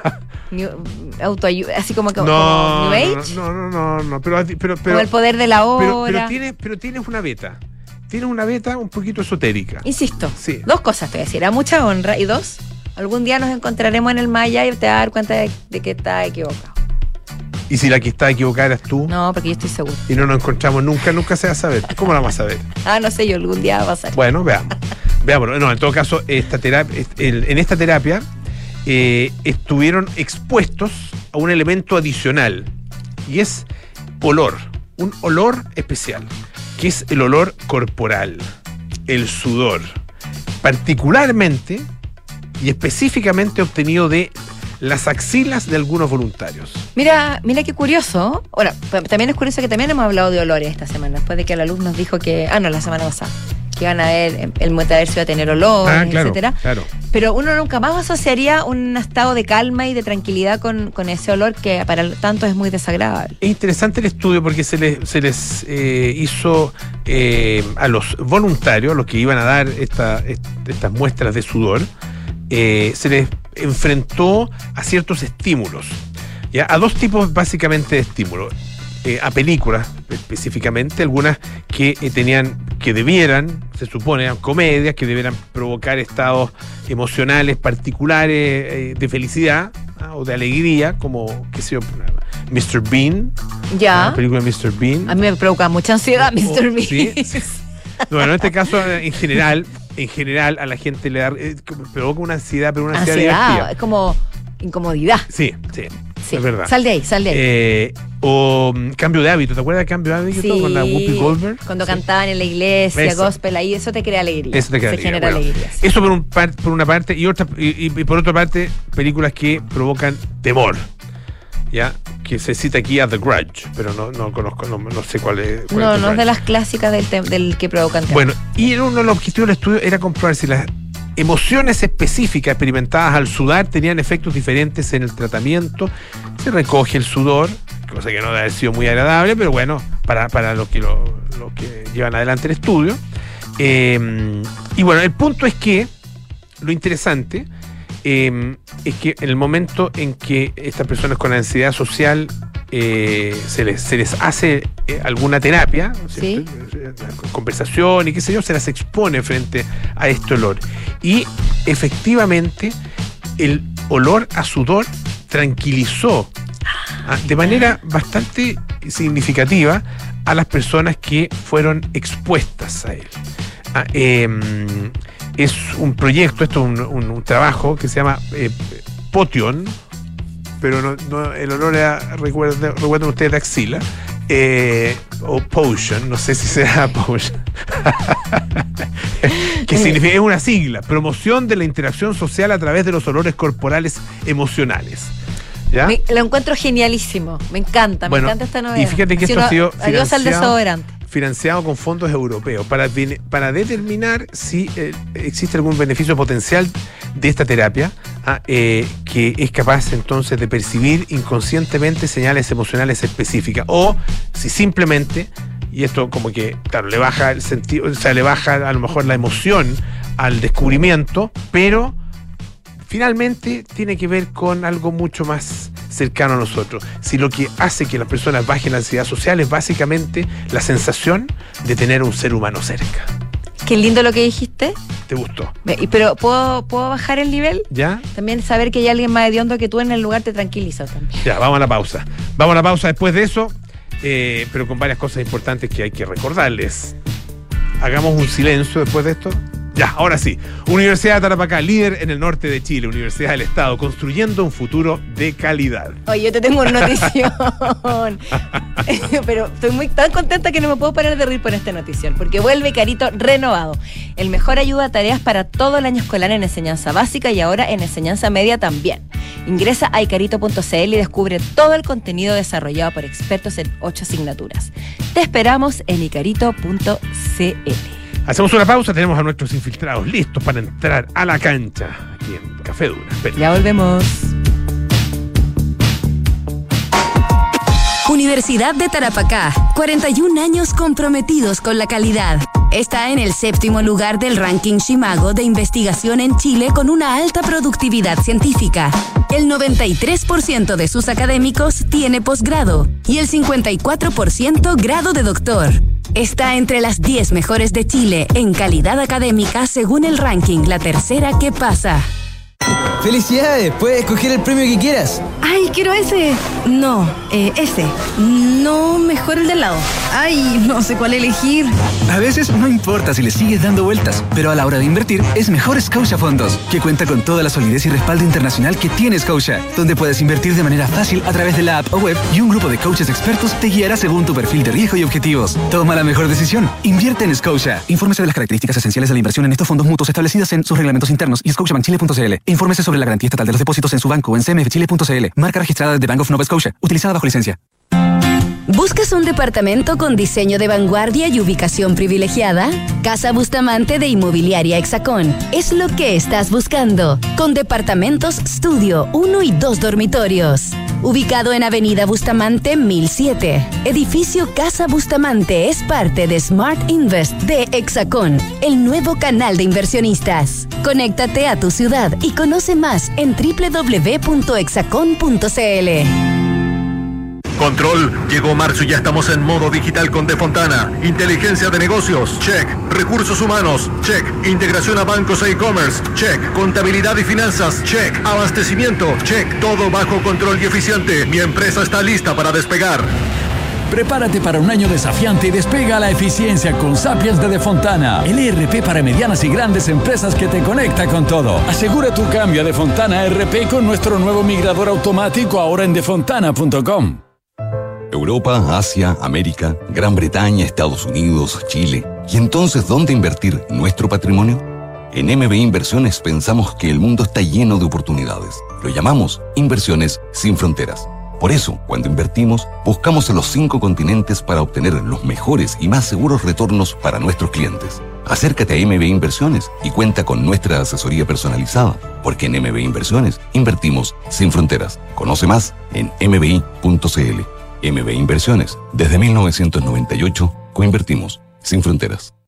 new- autoayuda, así como, que- como
no,
New
no,
Age,
no, no, no, no, pero, a ti- pero, pero,
como el poder de la hora.
pero, pero tienes, pero tienes una beta. Tienes una beta un poquito esotérica.
Insisto,
Sí.
dos cosas te voy a decir, a mucha honra, y dos, algún día nos encontraremos en el Maya y te vas a dar cuenta de, de que estás equivocado.
Y si la que está equivocada eras tú
No, porque yo estoy seguro.
y no nos encontramos nunca, nunca se va a saber. ¿Cómo la vamos a saber?
Ah, no sé, yo algún día va a pasar.
Bueno, veamos. Veámoslo. No, en todo caso, esta terapia, est- el- en esta terapia eh, estuvieron expuestos a un elemento adicional y es olor, un olor especial, que es el olor corporal, el sudor, particularmente y específicamente obtenido de las axilas de algunos voluntarios.
Mira, mira qué curioso. Bueno, p- también es curioso que también hemos hablado de olores esta semana, después de que la luz nos dijo que, ah, no, la semana pasada, que iban a ver, el metaverso iba a tener olores,
Ah, claro,
etcétera.
claro.
Pero uno nunca más asociaría un estado de calma y de tranquilidad con, con ese olor que para el tanto es muy desagradable.
Es interesante el estudio porque se les, se les eh, hizo eh, a los voluntarios, los que iban a dar esta, est- estas muestras de sudor, eh, se les enfrentó a ciertos estímulos, ¿ya? A dos tipos básicamente de estímulos. Eh, a películas específicamente, algunas que eh, tenían, que debieran, se supone, eran comedias, que debieran provocar estados emocionales particulares eh, de felicidad, ¿ah? O de alegría, como, qué sé yo, mister Bean,
Ya.
la película de mister Bean.
A mí me provoca mucha ansiedad, mister
Oh,
Bean.
sí, sí. Bueno, en este caso, eh, en general, en general a la gente le da, eh, provoca una ansiedad, pero una ansiedad,
Ansiedad,
divertida.
es como incomodidad.
Sí, sí,
Sí.
es verdad.
Sal de ahí, sal de ahí.
Eh, o mm, cambio de hábito, ¿te acuerdas de cambio de hábito
Sí,
con la Whoopi Goldberg?
cuando
Sí.
cantaban en la iglesia,
Eso.
gospel, ahí eso te crea alegría.
Eso te crea
Se
alegría,
genera
bueno.
alegría. sí.
Eso por, un par- por una parte, y, otra, y, y- y por otra parte, películas que provocan temor. ¿Ya? Que se cita aquí a The Grudge, pero no, no conozco, no, no sé cuál es. cuál
No,
The
no es de
Grudge.
las clásicas del, tem- del que provocan temor.
Bueno, y uno de los objetivos del estudio era comprobar si las emociones específicas experimentadas al sudar tenían efectos diferentes en el tratamiento. Se recoge el sudor, cosa que no debe haber sido muy agradable, pero bueno, para, para los que lo, lo que llevan adelante el estudio. Eh, y bueno, el punto es que lo interesante eh, es que en el momento en que estas personas con ansiedad social eh, se, les, se les hace eh, alguna terapia,
¿sí?
conversación y qué sé yo, se las expone frente a este olor. Y efectivamente el olor a sudor tranquilizó ah, de manera bastante significativa a las personas que fueron expuestas a él. Ah, eh, es un proyecto, esto es un, un, un trabajo que se llama eh, Potion, pero no, no, el olor a, recuerden, recuerden ustedes, de axila, eh, o Potion, no sé si será Potion, que significa, es una sigla, promoción de la interacción social a través de los olores corporales emocionales. ¿Ya?
Me, lo encuentro genialísimo, me encanta,
bueno,
me encanta esta novedad.
Y fíjate que
Así
esto
uno,
ha sido
adiós al desodorante.
Financiado con fondos europeos para, para determinar si eh, existe algún beneficio potencial de esta terapia ah, eh, que es capaz entonces de percibir inconscientemente señales emocionales específicas, o si simplemente, y esto como que, claro, le baja el sentido, o sea, le baja a lo mejor la emoción al descubrimiento, pero finalmente tiene que ver con algo mucho más cercano a nosotros. Si lo que hace que las personas bajen la ansiedad social es básicamente la sensación de tener un ser humano cerca.
Qué lindo lo que dijiste.
¿Te gustó?
Pero ¿puedo, ¿puedo bajar el nivel?
¿Ya?
También saber que hay alguien más hediondo que tú en el lugar te tranquiliza también.
Ya, vamos a la pausa. Vamos a la pausa después de eso, eh, pero con varias cosas importantes que hay que recordarles. Hagamos un silencio después de esto. Ya, ahora sí. Universidad de Tarapacá, líder en el norte de Chile, Universidad del Estado, construyendo un futuro de calidad.
Oye, yo te tengo una notición. Pero estoy muy tan contenta que no me puedo parar de reír por esta notición, porque vuelve Icarito renovado. El mejor ayuda a tareas para todo el año escolar en enseñanza básica y ahora en enseñanza media también. Ingresa a icarito punto c l y descubre todo el contenido desarrollado por expertos en ocho asignaturas. Te esperamos en icarito punto c l.
Hacemos una pausa, tenemos a nuestros infiltrados listos para entrar a la cancha aquí en Café Duna. Espera.
Ya volvemos.
Universidad de Tarapacá, cuarenta y un años comprometidos con la calidad. Está en el séptimo lugar del ranking Shimago de investigación en Chile con una alta productividad científica. El noventa y tres por ciento de sus académicos tiene posgrado y el cincuenta y cuatro por ciento grado de doctor. Está entre las diez mejores de Chile en calidad académica según el ranking La Tercera que pasa.
¡Felicidades! Puedes escoger el premio que quieras.
¡Ay, quiero ese! No, eh, ese. No, mejor el de al lado. ¡Ay, no sé cuál elegir!
A veces no importa si le sigues dando vueltas, pero a la hora de invertir es mejor Scotia Fondos, que cuenta con toda la solidez y respaldo internacional que tiene Scotia, donde puedes invertir de manera fácil a través de la app o web y un grupo de coaches expertos te guiará según tu perfil de riesgo y objetivos. Toma la mejor decisión. Invierte en Scotia. Infórmese de las características esenciales de la inversión en estos fondos mutuos establecidas en sus reglamentos internos y scotiabank chile punto c l. Infórmese sobre la garantía estatal de los depósitos en su banco o en c m f chile punto c l. Marca registrada de Bank of Nova Scotia. Utilizada bajo licencia.
¿Buscas un departamento con diseño de vanguardia y ubicación privilegiada? Casa Bustamante de Inmobiliaria Hexacón es lo que estás buscando, con departamentos estudio, uno y dos dormitorios. Ubicado en Avenida Bustamante mil siete, edificio Casa Bustamante es parte de Smart Invest de Hexacón, el nuevo canal de inversionistas. Conéctate a tu ciudad y conoce más en doble u doble u doble u punto hexacón punto c l.
Control, llegó marzo y ya estamos en modo digital con Defontana. Inteligencia de negocios, check. Recursos humanos, check. Integración a bancos e e-commerce, check. Contabilidad y finanzas, check. Abastecimiento, check. Todo bajo control y eficiente. Mi empresa está lista para despegar.
Prepárate para un año desafiante y despega a la eficiencia con Sapiens de Defontana, el E R P para medianas y grandes empresas que te conecta con todo. Asegura tu cambio a Defontana E R P con nuestro nuevo migrador automático ahora en defontana punto com.
Europa, Asia, América, Gran Bretaña, Estados Unidos, Chile. ¿Y entonces dónde invertir nuestro patrimonio? En M B I Inversiones pensamos que el mundo está lleno de oportunidades. Lo llamamos Inversiones Sin Fronteras. Por eso, cuando invertimos, buscamos en los cinco continentes para obtener los mejores y más seguros retornos para nuestros clientes. Acércate a M B I Inversiones y cuenta con nuestra asesoría personalizada, porque en M B I Inversiones invertimos sin fronteras. Conoce más en m b i punto c l. M B I Inversiones, desde mil novecientos noventa y ocho, coinvertimos sin fronteras.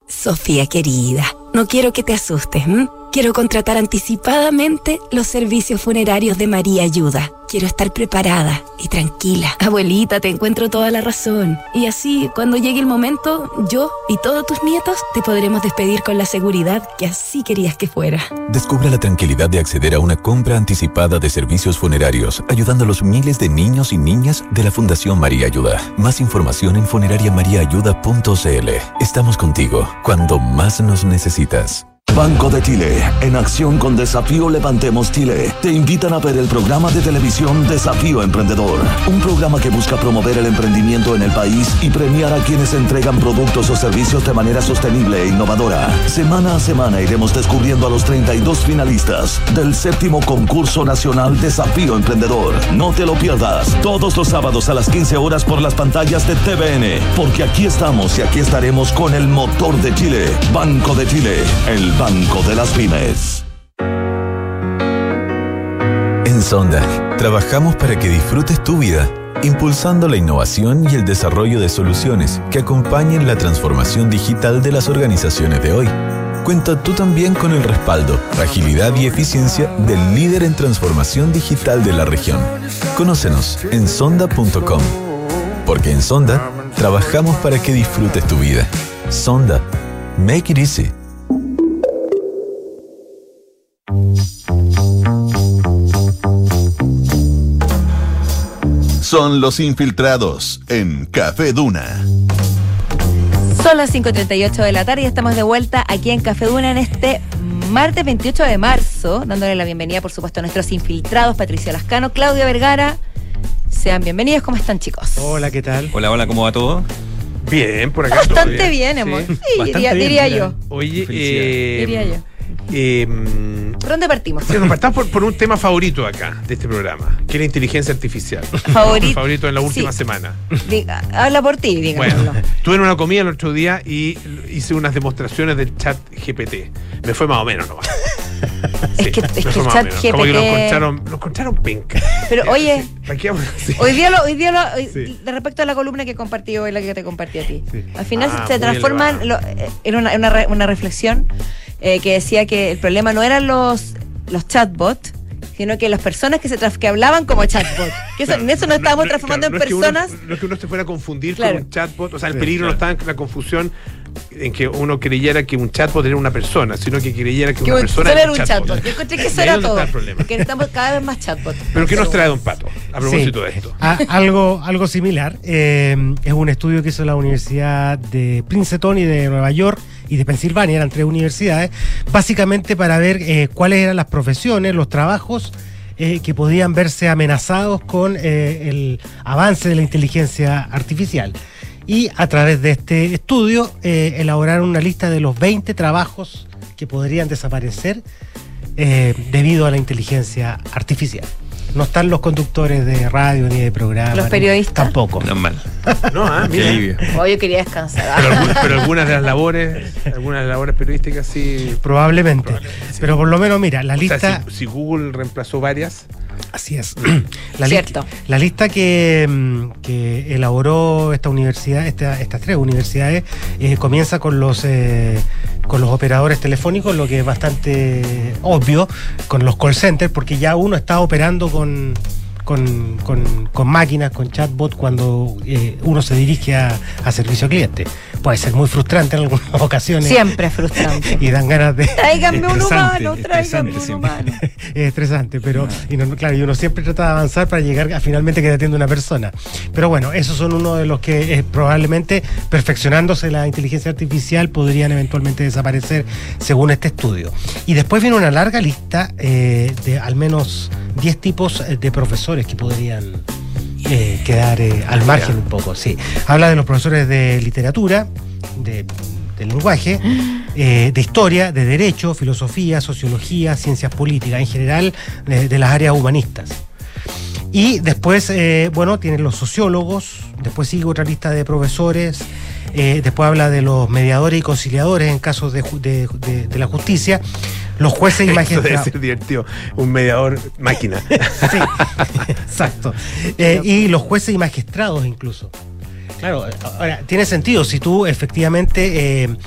Sofía querida, no quiero que te asustes, ¿m? Quiero contratar anticipadamente los servicios funerarios de María Ayuda. Quiero estar preparada y tranquila. Abuelita, te encuentro toda la razón. Y así, cuando llegue el momento, yo y todos tus nietos te podremos despedir con la seguridad que así querías que fuera.
Descubra la tranquilidad de acceder a una compra anticipada de servicios funerarios, ayudando a los miles de niños y niñas de la Fundación María Ayuda. Más información en funeraria maría ayuda punto c l. Estamos contigo cuando más nos necesitas.
Banco de Chile, en acción con Desafío Levantemos Chile, te invitan a ver el programa de televisión Desafío Emprendedor, un programa que busca promover el emprendimiento en el país y premiar a quienes entregan productos o servicios de manera sostenible e innovadora. Semana a semana iremos descubriendo a los treinta y dos finalistas del séptimo concurso nacional Desafío Emprendedor. No te lo pierdas, todos los sábados a las quince horas por las pantallas de T V N, porque aquí estamos y aquí estaremos con el motor de Chile, Banco de Chile, el Banco de las Pymes.
En Sonda, trabajamos para que disfrutes tu vida, impulsando la innovación y el desarrollo de soluciones que acompañen la transformación digital de las organizaciones de hoy. Cuenta tú también con el respaldo, agilidad y eficiencia del líder en transformación digital de la región. Conócenos en sonda punto com, porque en Sonda trabajamos para que disfrutes tu vida. Sonda, make it easy.
Son los infiltrados en Café Duna.
Son las cinco treinta y ocho de la tarde y estamos de vuelta aquí en Café Duna en este martes veintiocho de marzo, dándole la bienvenida, por supuesto, a nuestros infiltrados, Patricia Lascano, Claudia Vergara. Sean bienvenidos. ¿Cómo están, chicos?
Hola, ¿qué tal?
Hola, hola, ¿cómo va todo?
Bien, por acá.
Bastante todo bien, amor. Sí, sí diría,
bien,
diría
mira.
yo.
Oye, eh,
diría yo.
Eh,
¿Por dónde partimos?
Sí, nos partamos por, por un tema favorito acá, de este programa, que es la inteligencia artificial.
Favorito.
Favorito en la última
sí.
semana.
Diga, habla por ti, dígamelo.
Bueno, estuve en una comida el otro día y hice unas demostraciones del chat G P T. Me fue más o menos nomás.
Sí, es que, es que el chat G P T...
Como que nos encontraron, nos encontraron penca.
Pero oye,
sí.
hoy día, lo, hoy día lo,
sí.
de respecto a la columna que compartí hoy, la que te compartí a ti, sí. al final
ah,
se transforma lo, en una, una, re, una reflexión eh, que decía que el problema no eran los, los chatbots, sino que las personas que se traf, que hablaban como chatbot. Que eso, claro, en eso nos estábamos no, transformando claro, en no personas.
Es uno, no es que uno se fuera a confundir
claro.
con un chatbot, o sea, el
sí,
peligro
claro.
no está en la confusión en que uno creyera que un chatbot era una persona, sino que creyera que, que una persona era un chatbot.
chatbot. Yo encontré que eso era todo. Que necesitamos cada vez más chatbot.
Pero ¿qué nos trae Don Pato a propósito
sí,
de esto?
A, algo, algo similar. Eh, es un estudio que hizo la Universidad de Princeton y de Nueva York y de Pensilvania, eran tres universidades, básicamente para ver eh, cuáles eran las profesiones, los trabajos Eh, que podían verse amenazados con eh, el avance de la inteligencia artificial. Y a través de este estudio eh, elaboraron una lista de los veinte trabajos que podrían desaparecer eh, debido a la inteligencia artificial. No están los conductores de radio ni de programa.
Los periodistas.
Tampoco.
Normal.
No, ah, mira.
Oh, yo quería descansar.
Pero, algún, pero algunas de las labores, algunas de las labores periodísticas sí.
Probablemente.
Probablemente sí.
Pero por lo menos, mira, la lista.
O sea, si, si Google reemplazó varias.
Así es. La,
Cierto.
Li la lista que, que elaboró esta universidad, esta, estas tres universidades, eh, comienza con los eh, con los operadores telefónicos, lo que es bastante obvio, con los call centers, porque ya uno está operando con Con, con, con máquinas, con chatbot, cuando eh, uno se dirige a, a servicio al cliente. Puede ser muy frustrante en algunas ocasiones.
Siempre es frustrante.
Y dan ganas de...
Tráiganme un humano, tráiganme un humano.
Es estresante, pero y no, claro, y uno siempre trata de avanzar para llegar a finalmente que te atienda una persona. Pero bueno, esos son uno de los que eh, probablemente, perfeccionándose la inteligencia artificial, podrían eventualmente desaparecer según este estudio. Y después viene una larga lista eh, de al menos diez tipos de profesores que podrían eh, quedar eh, al margen un poco. Sí. Habla de los profesores de literatura, de, de lenguaje, eh, de historia, de derecho, filosofía, sociología, ciencias políticas, en general de, de las áreas humanistas. Y después, eh, bueno, tienen los sociólogos, después sigue otra lista de profesores, eh, después habla de los mediadores y conciliadores en casos de, de, de, de la justicia, los jueces y magistrados.
Debe ser divertido, un mediador máquina.
Sí, exacto. Eh, y los jueces y magistrados incluso. Claro, ahora, tiene sentido, si tú efectivamente eh,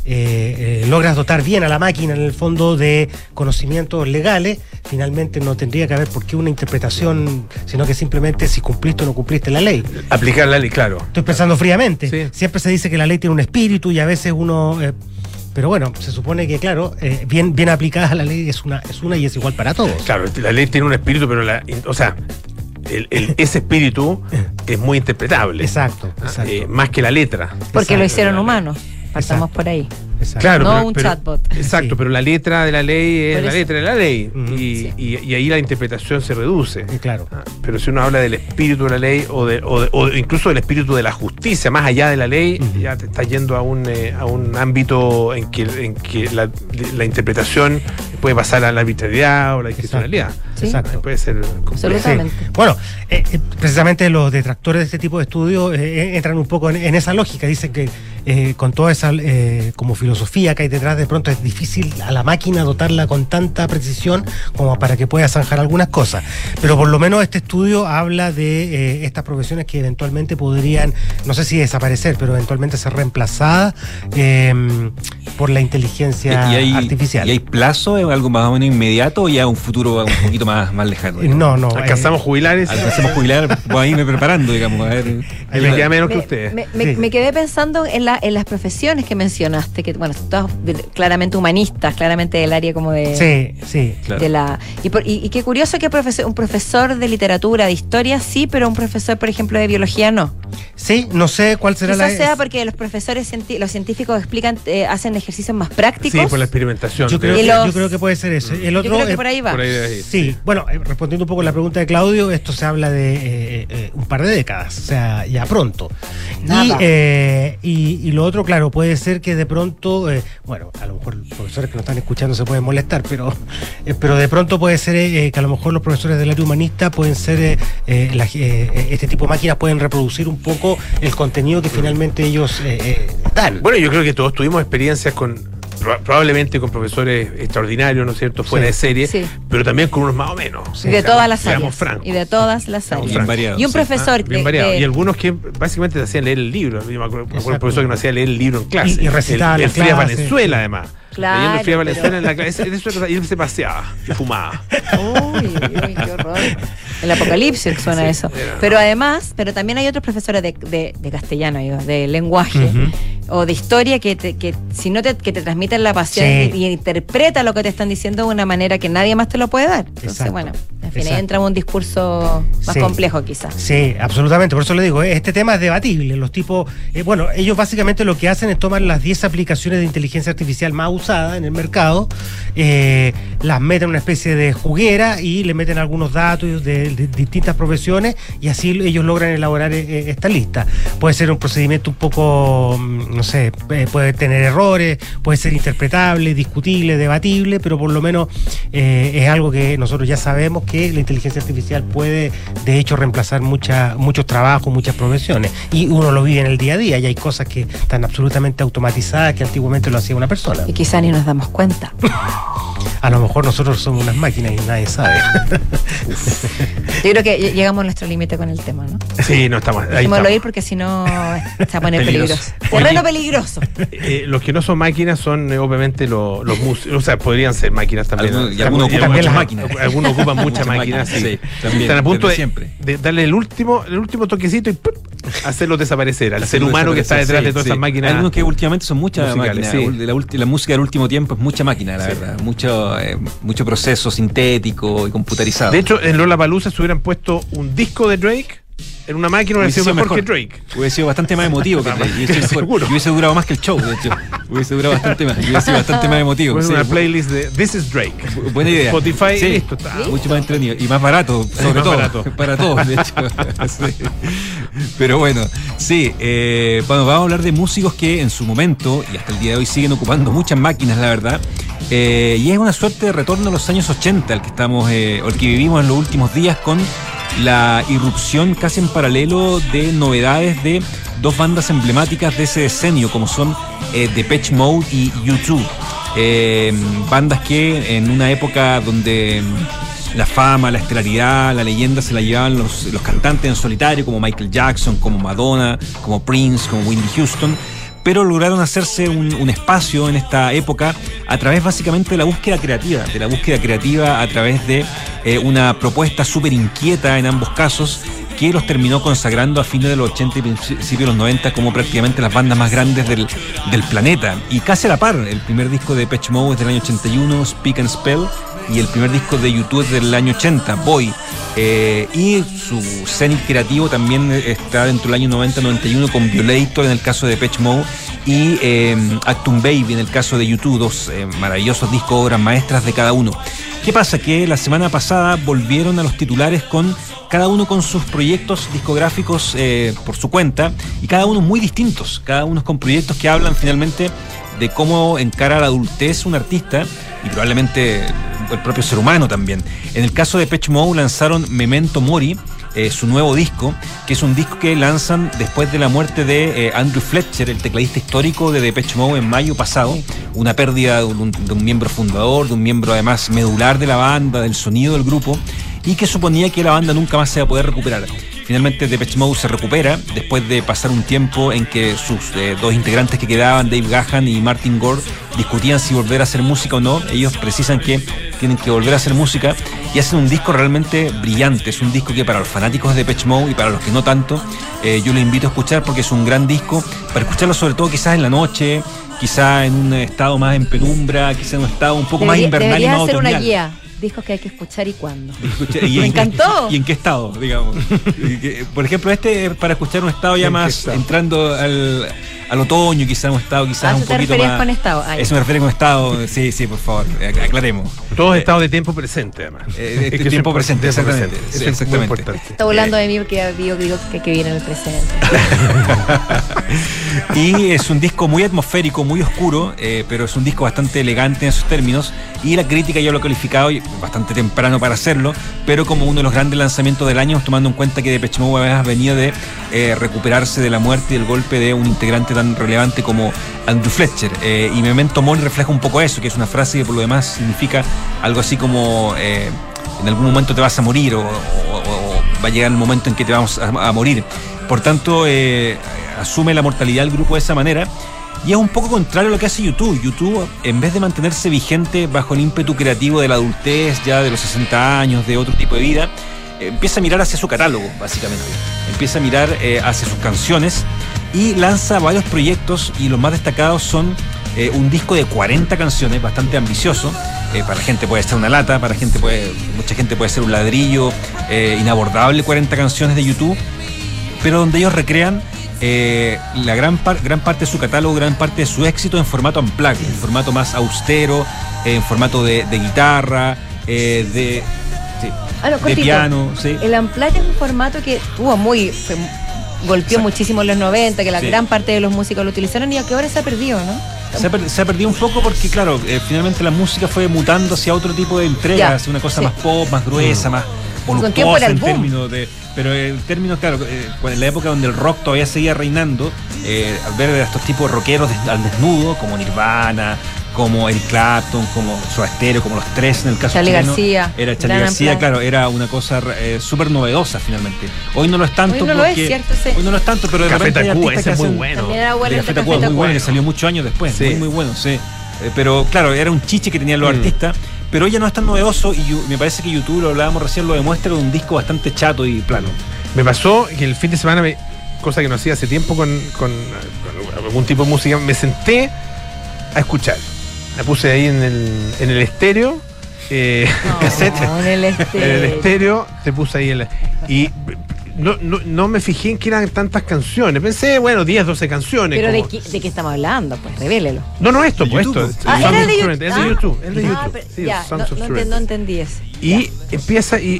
eh, eh, logras dotar bien a la máquina en el fondo de conocimientos legales, finalmente no tendría que haber por qué una interpretación, sino que simplemente si cumpliste o no cumpliste la ley.
Aplicar la ley, claro.
Estoy pensando fríamente.
Sí.
Siempre se dice que la ley tiene un espíritu y a veces uno... Eh, pero bueno, se supone que, claro, eh, bien, bien aplicada la ley es una, es una y es igual para todos.
Claro, la ley tiene un espíritu, pero la, o sea, el, el, ese espíritu es muy interpretable.
Exacto, exacto.
Eh, más que la letra.
Porque
Exacto,
lo hicieron
la
humanos. Partamos por ahí.
Exacto.
Claro,
no
pero,
un
pero,
chatbot.
Exacto,
Sí.
pero la letra de la ley es
Por
la
eso.
letra de la ley.
Ujú.
y,
Sí.
y, y ahí la interpretación se reduce.
Eh, claro.
Ah, Pero si uno habla del espíritu de la ley o, de, o, de- o incluso del espíritu de la justicia, más allá de la ley,
Ujú.
ya te está yendo a un, eh, a un ámbito en que, en que la, la interpretación puede pasar a la arbitrariedad o la discrecionalidad.
Sí.
Exacto.
Puede ser complejo.
Absolutamente.
Sí. Bueno, eh, eh, precisamente los detractores de este tipo de estudios eh, entran un poco en, en esa lógica. Dicen que eh, con toda esa eh, como filosofía que hay detrás, de pronto es difícil a la máquina dotarla con tanta precisión como para que pueda zanjar algunas cosas. Pero por lo menos este estudio habla de eh, estas profesiones que eventualmente podrían, no sé si desaparecer, pero eventualmente ser reemplazadas eh, por la inteligencia
¿Y hay,
artificial.
¿Y hay plazo? ¿Es algo más o menos inmediato o ya un futuro un poquito más, más lejano?
Eh, no, no.
Alcanzamos
eh,
jubilares.
Alcanzamos jubilar, voy a irme preparando, digamos. A ver.
Ahí me queda menos que
Me,
ustedes.
me- me-
Sí.
me quedé pensando en, la, en las profesiones que mencionaste, que bueno, son todas de- claramente humanistas, claramente del área como de,
Sí, sí.
Claro.
de la... Y, por- y- y qué curioso que profesor, un profesor de literatura, de historia, sí, pero un profesor, por ejemplo, de biología, no.
Sí, no sé cuál será
Quizás
la...
sea porque los profesores, cienti- los científicos explican, eh, hacen ejercicios más prácticos.
Sí, por la experimentación.
Yo creo,
Y
que,
los-
yo creo que puede ser eso. El
Yo
otro,
creo que
eh,
por ahí va.
Por ahí debe ir.
sí, bueno, eh, respondiendo un poco a la pregunta de Claudio, esto se habla de eh, eh, un par de décadas, o sea, ya pronto. Y,
Nada.
eh, y, y lo otro, claro, puede ser que de pronto, eh, bueno, a lo mejor los profesores que nos están escuchando se pueden molestar, pero, eh, pero de pronto puede ser eh, que a lo mejor los profesores del área humanista pueden ser, eh, eh, la- eh, este tipo de máquinas pueden reproducir un poco el contenido que finalmente ellos eh, eh, dan.
Bueno, yo creo que todos tuvimos experiencias con, proba- probablemente con profesores extraordinarios, ¿no es cierto?, fuera
Sí.
de serie,
Sí.
pero también con unos más o menos.
Y de todas las
Seamos
áreas.
francos.
Y de todas las áreas.
Bien variado,
Y un
sí.
profesor
Ah, bien
de-
variado.
de-
Y algunos que básicamente te hacían leer el libro. Yo me acuerdo, me acuerdo
Exacto.
un profesor que nos hacía leer el libro en clase.
Y- y recitaba
el, el
las
Fría
clases.
Valenzuela, además.
Claro,
Leyendo el Fría
pero-
Valenzuela en la clase. De eso trataba, y él se paseaba y fumaba.
Uy, uy, qué horror. El apocalipsis suena
Sí,
eso.
era-
Pero además, pero también hay otros profesores de, de- de castellano, digo, de lenguaje
Ujú.
o de historia que, te, que si no te, que te transmiten la pasión
Sí.
y, y interpreta lo que te están diciendo de una manera que nadie más te lo puede dar. Entonces,
Exacto.
bueno, en fin, ahí
Exacto.
entra un discurso más
Sí.
complejo quizás.
Sí, absolutamente. Por eso le digo, eh, este tema es debatible. Los tipos, eh, bueno, ellos básicamente lo que hacen es tomar las diez aplicaciones de inteligencia artificial más usadas en el mercado, eh, las meten en una especie de juguera y le meten algunos datos de, de distintas profesiones y así ellos logran elaborar eh, esta lista. Puede ser un procedimiento un poco, mm, no sé, eh, puede tener errores, puede ser interpretable, discutible, debatible, pero por lo menos eh, es algo que nosotros ya sabemos que la inteligencia artificial puede, de hecho, reemplazar mucha, muchos trabajos, muchas profesiones. Y uno lo vive en el día a día y hay cosas que están absolutamente automatizadas que antiguamente lo hacía una persona.
Y quizás ni nos damos cuenta.
A lo mejor nosotros somos unas máquinas y nadie sabe.
Yo creo que ll- llegamos a nuestro límite con el tema, ¿no?
Sí, no estamos. Ahí
Dejémoslo
estamos.
ir porque si no se va a poner
Peligroso.
peligroso. Terreno peligroso.
Eh, los que no son máquinas son eh, obviamente lo- los músicos, o sea, podrían ser máquinas también.
Algunos- y algunos ocupan
algunos-
muchas máquinas.
Algunos ocupan muchas
Muchas
máquinas,
máquinas,
sí.
sí, también,
Están a punto
desde
de,
siempre.
de darle el último, el último toquecito y ¡pup! Hacerlos desaparecer al ser
Hacerlo
humano que está
desaparecer,
detrás de todas
sí,
esas
sí.
máquinas.
Hay algunos que últimamente son muchas
musicales,
máquinas.
sí.
La, ulti- la música del último tiempo es mucha máquina, la
Sí.
verdad. Mucho, eh, mucho proceso sintético y computarizado.
De hecho, en Lollapalooza se hubieran puesto un disco de Drake en una máquina, hubiera
Hubiese
sido
sido
mejor,
mejor.
que Drake.
Hubiese sido bastante más emotivo que Drake. Hubiese, sido mejor.
Seguro.
Y hubiese durado más que el show, de hecho. Hubiese durado bastante más. Hubiese sido bastante más emotivo.
Pues
Sí,
una
bu-
playlist de This is Drake.
bu- buena idea.
Spotify,
Sí,
listo, está.
mucho más entretenido. Y más barato, sobre
más
todo.
barato.
Para todos, de hecho. Sí. Pero bueno, sí. eh, bueno, vamos a hablar de músicos que en su momento, y hasta el día de hoy, siguen ocupando muchas máquinas, la verdad. Eh, y es una suerte de retorno a los años ochenta, al que estamos, eh, o el que vivimos en los últimos días, con la irrupción casi en paralelo de novedades de dos bandas emblemáticas de ese decenio, como son eh, Depeche Mode y U dos. Eh, bandas que en una época donde la fama, la estelaridad, la leyenda se la llevaban los, los cantantes en solitario, como Michael Jackson, como Madonna, como Prince, como Whitney Houston, pero lograron hacerse un, un espacio en esta época a través básicamente de la búsqueda creativa, de la búsqueda creativa a través de eh, una propuesta súper inquieta en ambos casos, que los terminó consagrando a fines de los ochenta y principios de los noventa como prácticamente las bandas más grandes del, del planeta. Y casi a la par, el primer disco de Depeche Mode es del año ochenta y uno, Speak and Spell, y el primer disco de YouTube es del año ochenta, Boy. Eh, y su cenit creativo también está dentro del año noventa noventa y uno con Violator en el caso de Depeche Mode y eh, Actum Baby en el caso de YouTube, dos eh, maravillosos discos, obras maestras de cada uno. ¿Qué pasa? Que la semana pasada volvieron a los titulares con cada uno con sus proyectos discográficos eh, por su cuenta, y cada uno muy distintos, cada uno con proyectos que hablan finalmente de cómo encara la adultez un artista y probablemente el propio ser humano también. En el caso de Depeche Mode lanzaron Memento Mori, eh, su nuevo disco, que es un disco que lanzan después de la muerte de eh, Andrew Fletcher, el tecladista histórico de Depeche Mode en mayo pasado, una pérdida de un, de un miembro fundador, de un miembro además medular de la banda, del sonido del grupo, y que suponía que la banda nunca más se iba a poder recuperar. Finalmente Depeche Mode se recupera después de pasar un tiempo en que sus eh, dos integrantes que quedaban, Dave Gahan y Martin Gore, discutían si volver a hacer música o no. Ellos precisan que tienen que volver a hacer música y hacen un disco realmente brillante. Es un disco que para los fanáticos de Depeche Mode y para los que no tanto, eh, yo lo invito a escuchar porque es un gran disco, para escucharlo sobre todo quizás en la noche, quizás en un estado más en penumbra, quizás en un estado un poco
Debería,
más invernal y más
hacer
otoñal.
Una guía. Discos que hay que escuchar y cuándo.
Y
Me
en,
encantó.
¿Y en qué estado, digamos? Por ejemplo, este es para escuchar un estado ya más entrando al, al otoño, quizás un estado quizás
¿A
un
eso te
poquito
referías
más.
con estado? Ah,
eso me refiero con estado. Sí, sí, por favor, aclaremos.
Todos estados de tiempo presente, además.
Eh,
Es que
tiempo
es
presente,
tiempo
exactamente.
presente.
Sí,
Eso es muy
exactamente.
importante.
Está volando de mí porque digo, digo que, que viene en el presente.
Y es un disco muy atmosférico, muy oscuro, eh, pero es un disco bastante elegante en sus términos, y la crítica ya lo ha calificado, y bastante temprano para hacerlo, pero como uno de los grandes lanzamientos del año, tomando en cuenta que Depeche Mode ha venido de eh, recuperarse de la muerte y del golpe de un integrante tan relevante como Andrew Fletcher. Eh, y Memento Mori refleja un poco eso, que es una frase que por lo demás significa algo así como eh, en algún momento te vas a morir, o, o, o va a llegar el momento en que te vamos a, a morir. Por tanto, eh, asume la mortalidad del grupo de esa manera. Y es un poco contrario a lo que hace YouTube. YouTube, en vez de mantenerse vigente bajo el ímpetu creativo de la adultez, ya de los sesenta años, de otro tipo de vida, eh, empieza a mirar hacia su catálogo, básicamente. Empieza a mirar eh, hacia sus canciones y lanza varios proyectos, y los más destacados son eh, un disco de cuarenta canciones, bastante ambicioso. Eh, para la gente puede ser una lata, para la gente puede, mucha gente puede ser un ladrillo eh, inabordable, cuarenta canciones de YouTube, pero donde ellos recrean Eh, la gran, par, gran parte de su catálogo, gran parte de su éxito en formato unplugged, en formato más austero, eh, en formato de, de guitarra, eh, de, sí,
Ah, no,
de
cortito.
piano. Sí.
El Unplugged es un formato que tuvo muy fue- golpeó
Exacto.
muchísimo en los noventa, que la
Sí.
gran parte de los músicos lo utilizaron y que ahora se ha perdido, ¿no?
Se ha, per- se ha perdido un poco porque, claro, eh, finalmente la música fue mutando hacia otro tipo de entrega,
Ya,
hacia una cosa
sí.
más pop, más gruesa, más
Con tiempo
voluptuosa
era el
en
boom.
términos de... Pero el término, claro, eh, en la época donde el rock todavía seguía reinando, eh, al ver a estos tipos de rockeros des- al desnudo, como Nirvana, como Eric Clapton, como Soda Stereo, como los tres en el caso
Charly
chileno,
García,
era Charly
Gran
García,
Unplugged.
claro, era una cosa eh, súper novedosa finalmente. Hoy no lo es tanto
Hoy no lo es,
porque...
¿cierto? Sí.
Hoy no lo es tanto, pero de
Café
repente hay
Tacuba,
artistas
ese
que
es muy
hacen-
bueno.
También era bueno
de
el de
Café
Café
Tacuba, muy
Tacuba.
bueno, que salió muchos años después,
Sí.
muy muy bueno, sí. Eh, pero claro, era un chiche que tenían los
Mm.
artistas, pero hoy ya no es tan novedoso, y yo- me parece que YouTube, lo hablábamos recién, lo demuestra con un disco bastante chato y plano.
Me pasó que el fin de semana, me- cosa que no hacía hace tiempo con, con, con algún tipo de música, me senté a escuchar. La puse ahí en el, en el estéreo, eh,
No,
cassette,
en el este-
en el estéreo, te puse ahí en la, y no, no, no me fijé en que eran tantas canciones. Pensé, bueno, diez, doce canciones.
Pero de
como-
qué, de qué estamos hablando, pues revélelo.
No, no, esto,
De
pues
YouTube.
esto.
Ah,
Songs
era
of
de YouTube.
Surrender, es de
Ah.
YouTube, es de
Ah,
YouTube.
pero
Sí,
ya,
Songs
no,
of
no,
Surrender.
entendí, no entendí eso.
Y empieza y.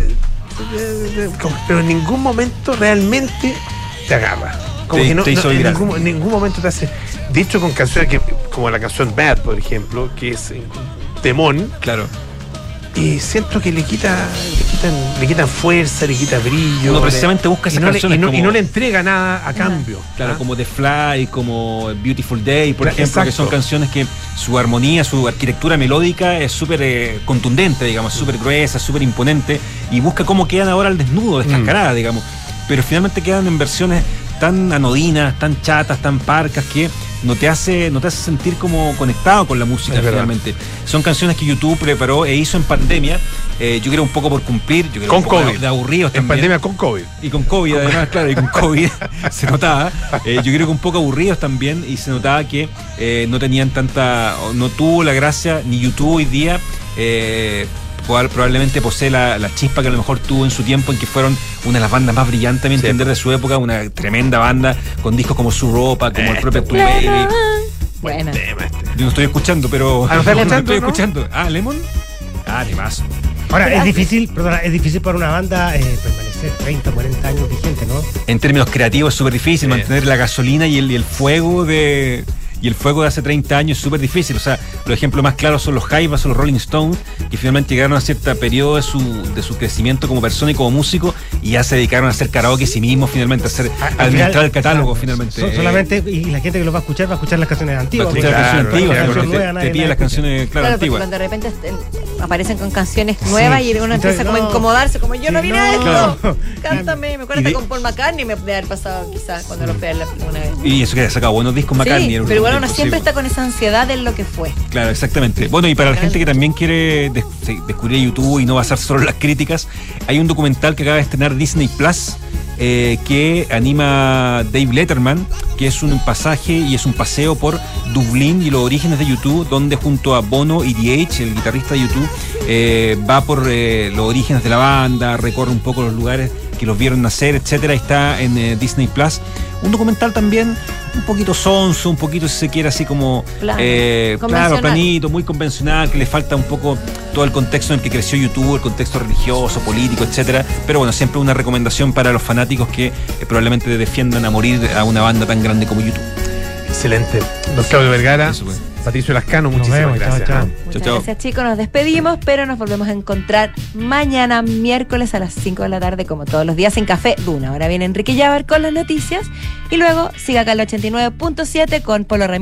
como- Pero en ningún momento realmente te agarra. Como
Te-
que no,
te hizo
no, en,
vibrar.
ningún, en ningún momento te hace. De hecho, con canciones que, como la canción Bad, por ejemplo, que es eh, temón,
Claro.
y siento que le quita, le quitan, le quitan fuerza, le quita brillo.
Uno
le-
precisamente busca
y
esas
no le-
canciones
y no,
como-
y no le entrega nada a cambio.
Claro,
¿ah?
como The Fly, como Beautiful Day, por
Claro,
ejemplo, que
exacto.
son canciones que su armonía, su arquitectura melódica es súper eh, contundente, digamos, súper gruesa, súper imponente, y busca cómo quedan ahora al desnudo, descascaradas, digamos. Pero finalmente quedan en versiones tan anodinas, tan chatas, tan parcas, que no te hace, no te hace sentir como conectado con la música finalmente. Son canciones que YouTube preparó e hizo en pandemia. Eh, yo creo un poco por cumplir, yo creo
con
un poco
COVID.
de, de aburridos
en
también.
pandemia con COVID.
Y con COVID, además, claro, y con COVID se notaba. Eh, yo creo que un poco aburridos también, y se notaba que eh, no tenían tanta, no tuvo la gracia, ni YouTube hoy día. Eh, probablemente posee la, la chispa que a lo mejor tuvo en su tiempo, en que fueron una de las bandas más brillantes, a mi entender, de su época, una tremenda banda con discos como Su Ropa, como el propio Tu Baby.
Buena.
Yo no estoy escuchando, pero
¿Ah, no estás escuchando,
estoy
no?
escuchando. Ah, Lemon. Ah, temazo.
Ahora, es difícil, perdona, es difícil para una banda eh, permanecer treinta, cuarenta años vigente, ¿no?
En términos creativos es súper difícil mantener la gasolina y el, y el fuego de... Y el fuego de hace treinta años es súper difícil. O sea, los ejemplos más claros son los Jaivas o los Rolling Stones, que finalmente llegaron a cierto periodo de su, de su crecimiento como persona y como músico, y ya se dedicaron a hacer karaoke sí mismos, finalmente, a hacer, a administrar final, el catálogo, claro, finalmente.
So, solamente, y la gente que los va a escuchar va a escuchar las canciones antiguas.
Va a escuchar
claro,
las canciones antiguas,
claro,
claro,
claro,
te, te, te piden las canciones, claro,
claro,
antiguas.
Cuando de repente eh, aparecen con canciones nuevas, sí, y uno
entonces,
empieza como
no,
a incomodarse, como yo
sí,
no vine
no,
a esto,
claro.
cántame. Me acuerdo
de,
que con Paul McCartney me debe haber pasado quizás cuando lo fui a la primera vez.
Y eso que ha sacado buenos discos McCartney.
Sí, pero igual uno siempre está con esa ansiedad de lo que fue.
Claro, exactamente. Bueno, y para la gente que también quiere des descubrir YouTube y no basar solo en las críticas, hay un documental que acaba de estrenar Disney Plus, eh, que anima Dave Letterman, que es un pasaje y es un paseo por Dublín y los orígenes de YouTube, donde junto a Bono y D H, el guitarrista de YouTube, eh, va por eh, los orígenes de la banda, recorre un poco los lugares que los vieron nacer, etcétera. Está en eh, Disney Plus. Un documental también un poquito sonso, un poquito, si se quiere, así como
Plano,
eh, claro, planito, muy convencional, que le falta un poco todo el contexto en el que creció YouTube, el contexto religioso, político, etcétera. Pero bueno, siempre una recomendación para los fanáticos que eh, probablemente defiendan a morir a una banda tan grande como YouTube.
Excelente. Don Claudio Vergara,
Eso, pues.
Patricio Lascano, muchísimas
vemos,
gracias.
chao, chao.
Muchas
Chao, chao.
gracias, chicos. Nos despedimos, pero nos volvemos a encontrar mañana, miércoles a las cinco de la tarde, como todos los días, en Café Duna. Ahora viene Enrique Llaver con las noticias y luego siga acá el ochenta y nueve punto siete con Polo Ramírez.